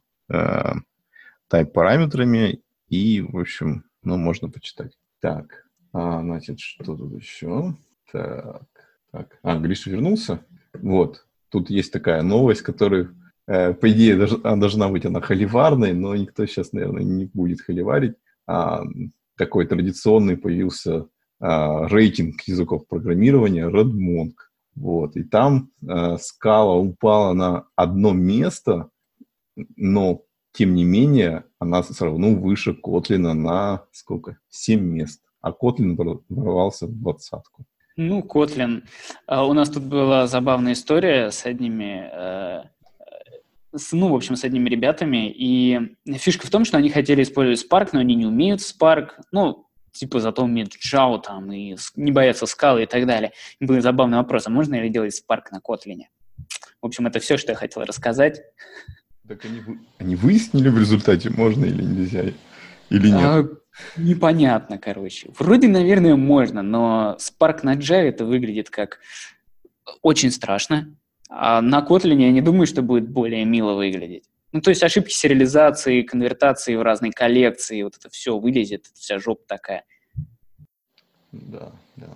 тайп-параметрами, и, в общем, можно почитать. Так, значит, что тут еще? Так. Гриша вернулся. Вот, тут есть такая новость, которая, по идее, должна быть она холиварной, но никто сейчас, наверное, не будет холиварить. Такой традиционный появился рейтинг языков программирования RedMonk. Вот, и там Scala упала на одно место, но, тем не менее, она все равно выше Kotlin на 7 мест. А Kotlin ворвался в 20-ку. Ну, Kotlin. У нас тут была забавная история с одними, с одними ребятами. И фишка в том, что они хотели использовать Spark, но они не умеют Spark. Зато умеют Java там и не боятся Scala и так далее. И был забавный вопрос, а можно ли делать Spark на Kotlin? В общем, это все, что я хотел рассказать. Так они выяснили в результате, можно или нельзя, или нет? Непонятно, короче. Вроде, наверное, можно, но Spark на Java это выглядит как очень страшно. А на Kotlin я не думаю, что будет более мило выглядеть. То есть ошибки сериализации, конвертации в разные коллекции, вот это все вылезет, вся жопа такая. Да.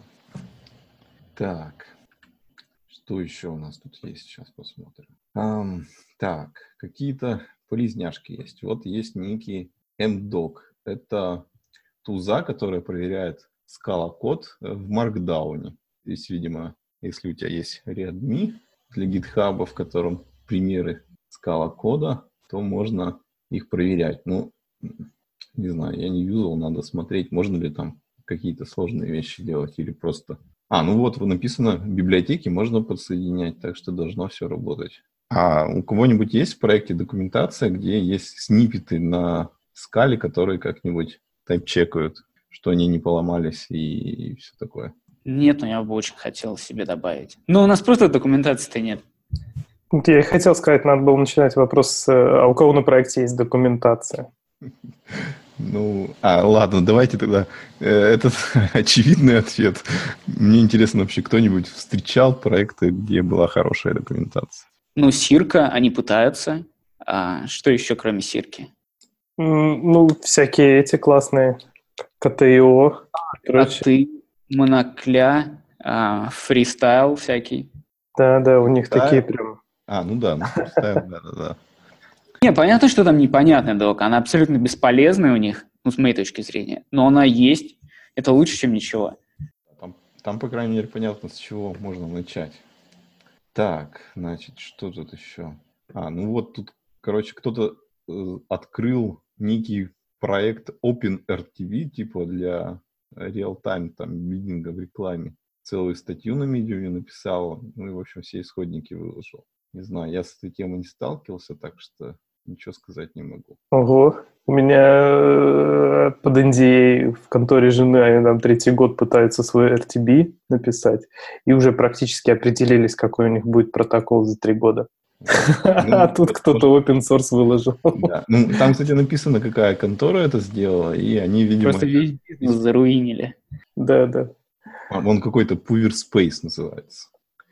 Так, что еще у нас тут есть? Сейчас посмотрим. Так, какие-то полезняшки есть. Вот есть некий MDoc. Это туза, которая проверяет Scala-код в Markdown. То есть, видимо, если у тебя есть Readme для GitHub, в котором примеры Scala-кода, то можно их проверять. Не знаю, я не юзал, надо смотреть, можно ли там какие-то сложные вещи делать или просто... ну вот написано, библиотеки можно подсоединять, так что должно все работать. А у кого-нибудь есть в проекте документация, где есть сниппеты на скале, которые как-нибудь тайп-чекают, что они не поломались и все такое? Нет, но я бы очень хотел себе добавить. Но у нас просто документации-то нет. Я и хотел сказать, надо было начинать вопрос, а у кого на проекте есть документация? Ладно, давайте тогда этот очевидный ответ. Мне интересно, вообще кто-нибудь встречал проекты, где была хорошая документация? Сирка, они пытаются. А что еще, кроме Сирки? Всякие эти классные КТИО. Коты, Монокля, фристайл всякий. Да, у них такие прям... фристайл, да. Не, понятно, что там непонятная дока. Она абсолютно бесполезная у них, с моей точки зрения. Но она есть. Это лучше, чем ничего. Там, по крайней мере, понятно, с чего можно начать. Так, значит, что тут еще? Тут, кто-то открыл некий проект OpenRTV, типа для реал-тайм биддинга в рекламе. Целую статью на Medium написал, и, в общем, все исходники выложил. Не знаю, я с этой темой не сталкивался, так что ничего сказать не могу. Ого, у меня под NDA в конторе жены, они там 3-й год пытаются свой RTB написать, и уже практически определились, какой у них будет протокол за 3 года. А тут кто-то open source выложил. Да. Там, кстати, написано, какая контора это сделала, и они, видимо... Просто весь бизнес заруинили. Да. Он какой-то Power Space называется.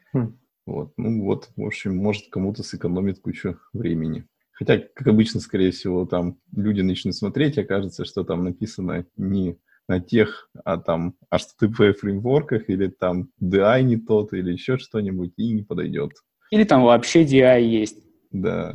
Вот. В общем, может, кому-то сэкономит кучу времени. Хотя, как обычно, скорее всего, там люди начнут смотреть, окажется, что там написано не на тех, а там HTTP фреймворках, или там DI не тот, или еще что-нибудь, и не подойдет. Или там вообще DI есть. Да.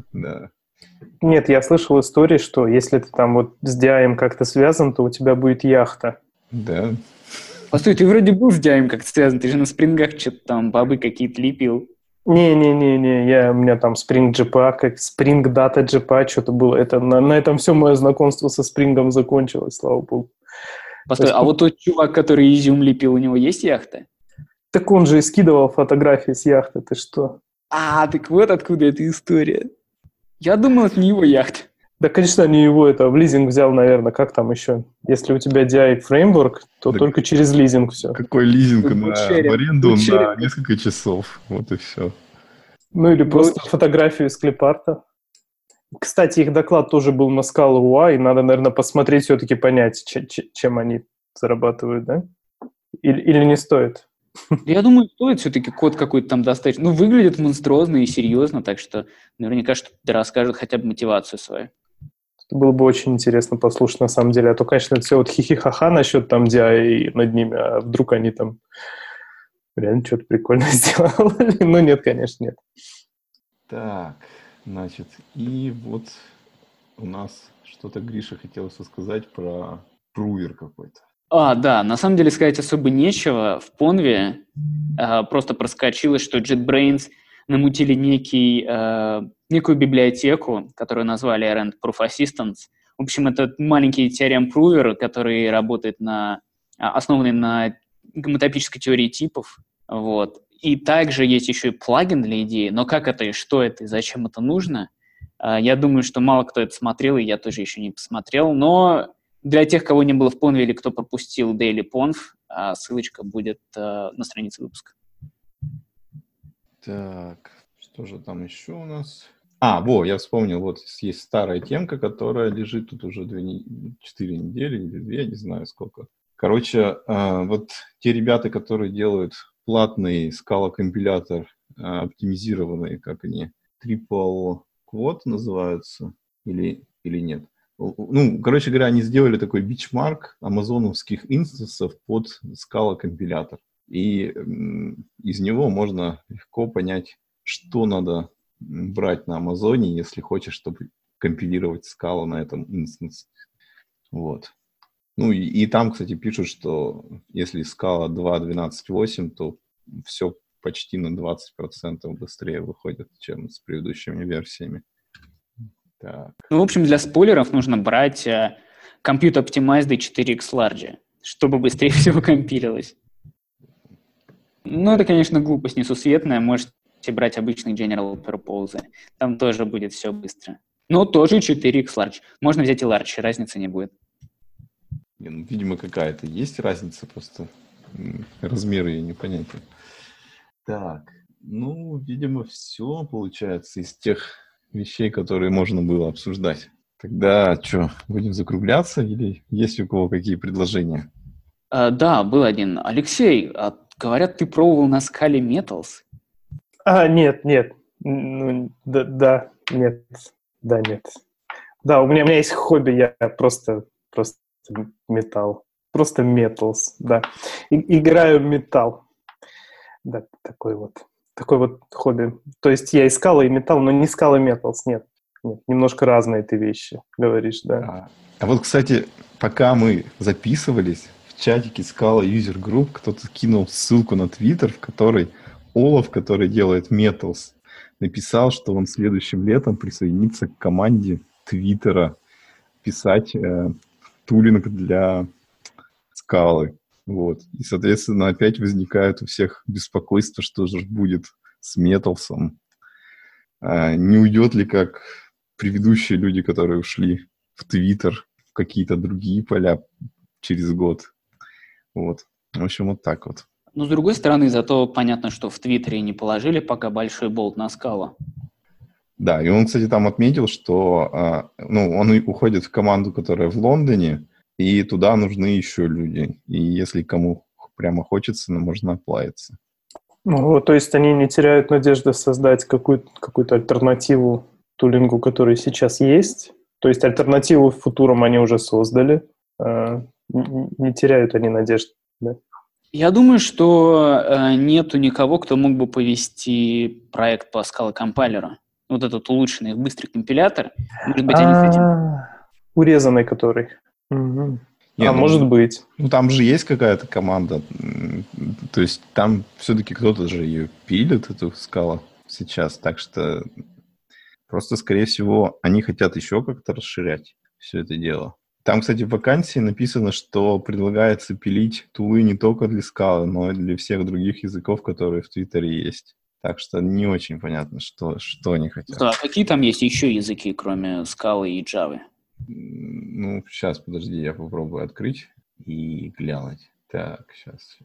Нет, я слышал истории, что если ты там вот с DI как-то связан, то у тебя будет яхта. Да. Постой, ты вроде был с DI как-то связан, ты же на спрингах что-то там бабы какие-то лепил. Не, у меня там Spring JPA, как Spring Data JPA, что-то было. Это, на этом все мое знакомство со Spring закончилось, слава богу. Постой, а вот тот чувак, который изюм лепил, у него есть яхта? Так он же и скидывал фотографии с яхты, ты что? Так вот откуда эта история. Я думал, это не его яхта. Да, конечно, не его, это в лизинг взял, наверное, как там еще? Если у тебя DI фреймворк, то только через лизинг все. Какой лизинг? В аренду на несколько часов, вот и все. Или просто фотографию из клипарта. Кстати, их доклад тоже был на Scala UI, и надо, наверное, посмотреть, все-таки понять, чем они зарабатывают, да? Или не стоит? Я думаю, стоит все-таки код какой-то там достаточно. Выглядит монструозно и серьезно, так что наверняка что-то расскажут хотя бы мотивацию свою. Это было бы очень интересно послушать, на самом деле. А то, конечно, это все вот хихи-ха-ха насчет там DI над ними, а вдруг они там реально что-то прикольное сделали. Но нет, конечно, нет. Так, значит, и вот у нас что-то Гриша хотел сказать про прувер какой-то. Да, на самом деле сказать особо нечего. В Понве просто проскочилось, что JetBrains намутили некую библиотеку, которую назвали Errand Proof Assistance. В общем, это маленький теорем-прувер, который работает основанный на гомотопической теории типов. Вот. И также есть еще и плагин для идеи, но как это и что это, и зачем это нужно, я думаю, что мало кто это смотрел, и я тоже еще не посмотрел, но для тех, кого не было в Понве или кто пропустил Daily Ponv, ссылочка будет на странице выпуска. Так, что же там еще у нас? Я вспомнил, вот есть старая темка, которая лежит тут уже 4 недели или 2, не знаю сколько. Короче, вот те ребята, которые делают платный Scala-компилятор, оптимизированный, как они, Triple Quad называются, или нет? Короче говоря, они сделали такой бичмарк амазоновских инстансов под Scala-компилятор. И из него можно легко понять, что надо брать на Амазоне, если хочешь, чтобы компилировать Scala на этом инстансе. Вот. И там, кстати, пишут, что если Scala 2.12.8, то все почти на 20% быстрее выходит, чем с предыдущими версиями. Так. В общем, для спойлеров нужно брать Compute Optimized 4x Large, чтобы быстрее всего компилилось. Ну, это, конечно, глупость несусветная. Можете брать обычный General Purpose. Там тоже будет все быстро. Но тоже 4x Large. Можно взять и Large, разницы не будет. Видимо, какая-то есть разница, просто размеры ее непонятны. Так, видимо, все получается из тех вещей, которые можно было обсуждать. Тогда что, будем закругляться или есть у кого какие предложения? Да, был один. Алексей, говорят, ты пробовал на скале Metals? Нет. Нет. Да, у меня есть хобби, я просто металл. Просто Metals, да. Играю в металл. Да, такой вот хобби. То есть я и скала, и металл, но не скала Metals, нет. Немножко разные ты вещи, говоришь, да. А вот, кстати, пока мы записывались, в чатике Scala User Group кто-то кинул ссылку на Twitter, в которой Олаф, который делает Metals, написал, что он следующим летом присоединится к команде Твиттера писать тулинг для Scala. Вот. И, соответственно, опять возникает у всех беспокойство, что же будет с Металсом. Не уйдет ли, как предыдущие люди, которые ушли в Твиттер, в какие-то другие поля через год. Вот. В общем, вот так вот. Но, с другой стороны, зато понятно, что в Твиттере не положили пока большой болт на Scala. Да, и он, кстати, там отметил, что он уходит в команду, которая в Лондоне, и туда нужны еще люди. И если кому прямо хочется, можно оплавиться. То есть они не теряют надежды создать какую-то альтернативу тулингу, который сейчас есть. То есть альтернативу футурам они уже создали. Не теряют они надежд, да? Я думаю, что нету никого, кто мог бы повести проект по скала-компайлеру. Вот этот улучшенный быстрый компилятор. Может быть, они с этим... Урезанный который. Угу. Может быть. Там же есть какая-то команда. То есть там все-таки кто-то же ее пилит, эту скалу сейчас. Так что просто, скорее всего, они хотят еще как-то расширять все это дело. Там, кстати, в вакансии написано, что предлагается пилить тулы не только для скалы, но и для всех других языков, которые в Твиттере есть. Так что не очень понятно, что они хотят. Да, какие там есть еще языки, кроме скалы и Java? Сейчас, подожди, я попробую открыть и глянуть. Так, сейчас.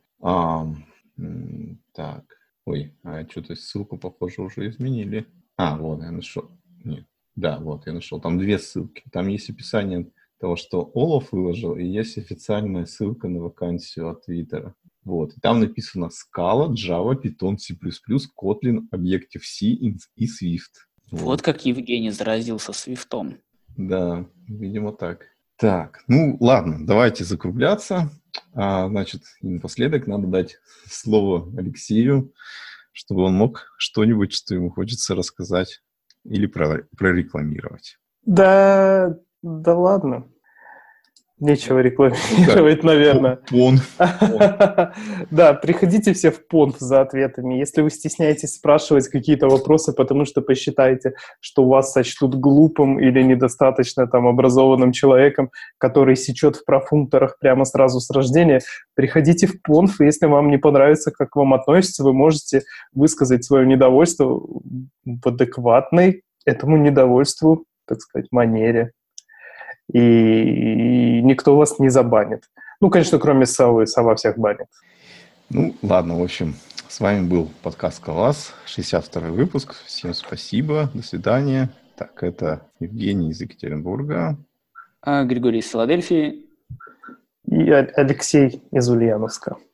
Так. Ой, что-то ссылку, похоже, уже изменили. Вот, я нашел. Нет. Да, вот, я нашел. Там 2 ссылки. Там есть описание того, что Олаф выложил, и есть официальная ссылка на вакансию от Твиттера. Вот. И там написано Scala, Java, Python, C++, Kotlin, Objective-C и Swift. Вот как Евгений заразился Свифтом. Да, видимо так. Так, ладно, давайте закругляться. Значит, напоследок надо дать слово Алексею, чтобы он мог что-нибудь, что ему хочется рассказать или прорекламировать. Да ладно. Нечего рекламировать, наверное. Понф. Да, приходите все в Понф за ответами. Если вы стесняетесь спрашивать какие-то вопросы, потому что посчитаете, что вас сочтут глупым или недостаточно образованным человеком, который сечет в профункторах прямо сразу с рождения, приходите в Понф, и если вам не понравится, как к вам относятся, вы можете высказать свое недовольство в адекватной этому недовольству, так сказать, манере. И никто вас не забанит. Конечно, кроме совы. Сова всех банит. Ладно, в общем, с вами был подкаст «Скалолаз», 62-й выпуск. Всем спасибо, до свидания. Так, это Евгений из Екатеринбурга. Григорий из Филадельфии. И Алексей из Ульяновска.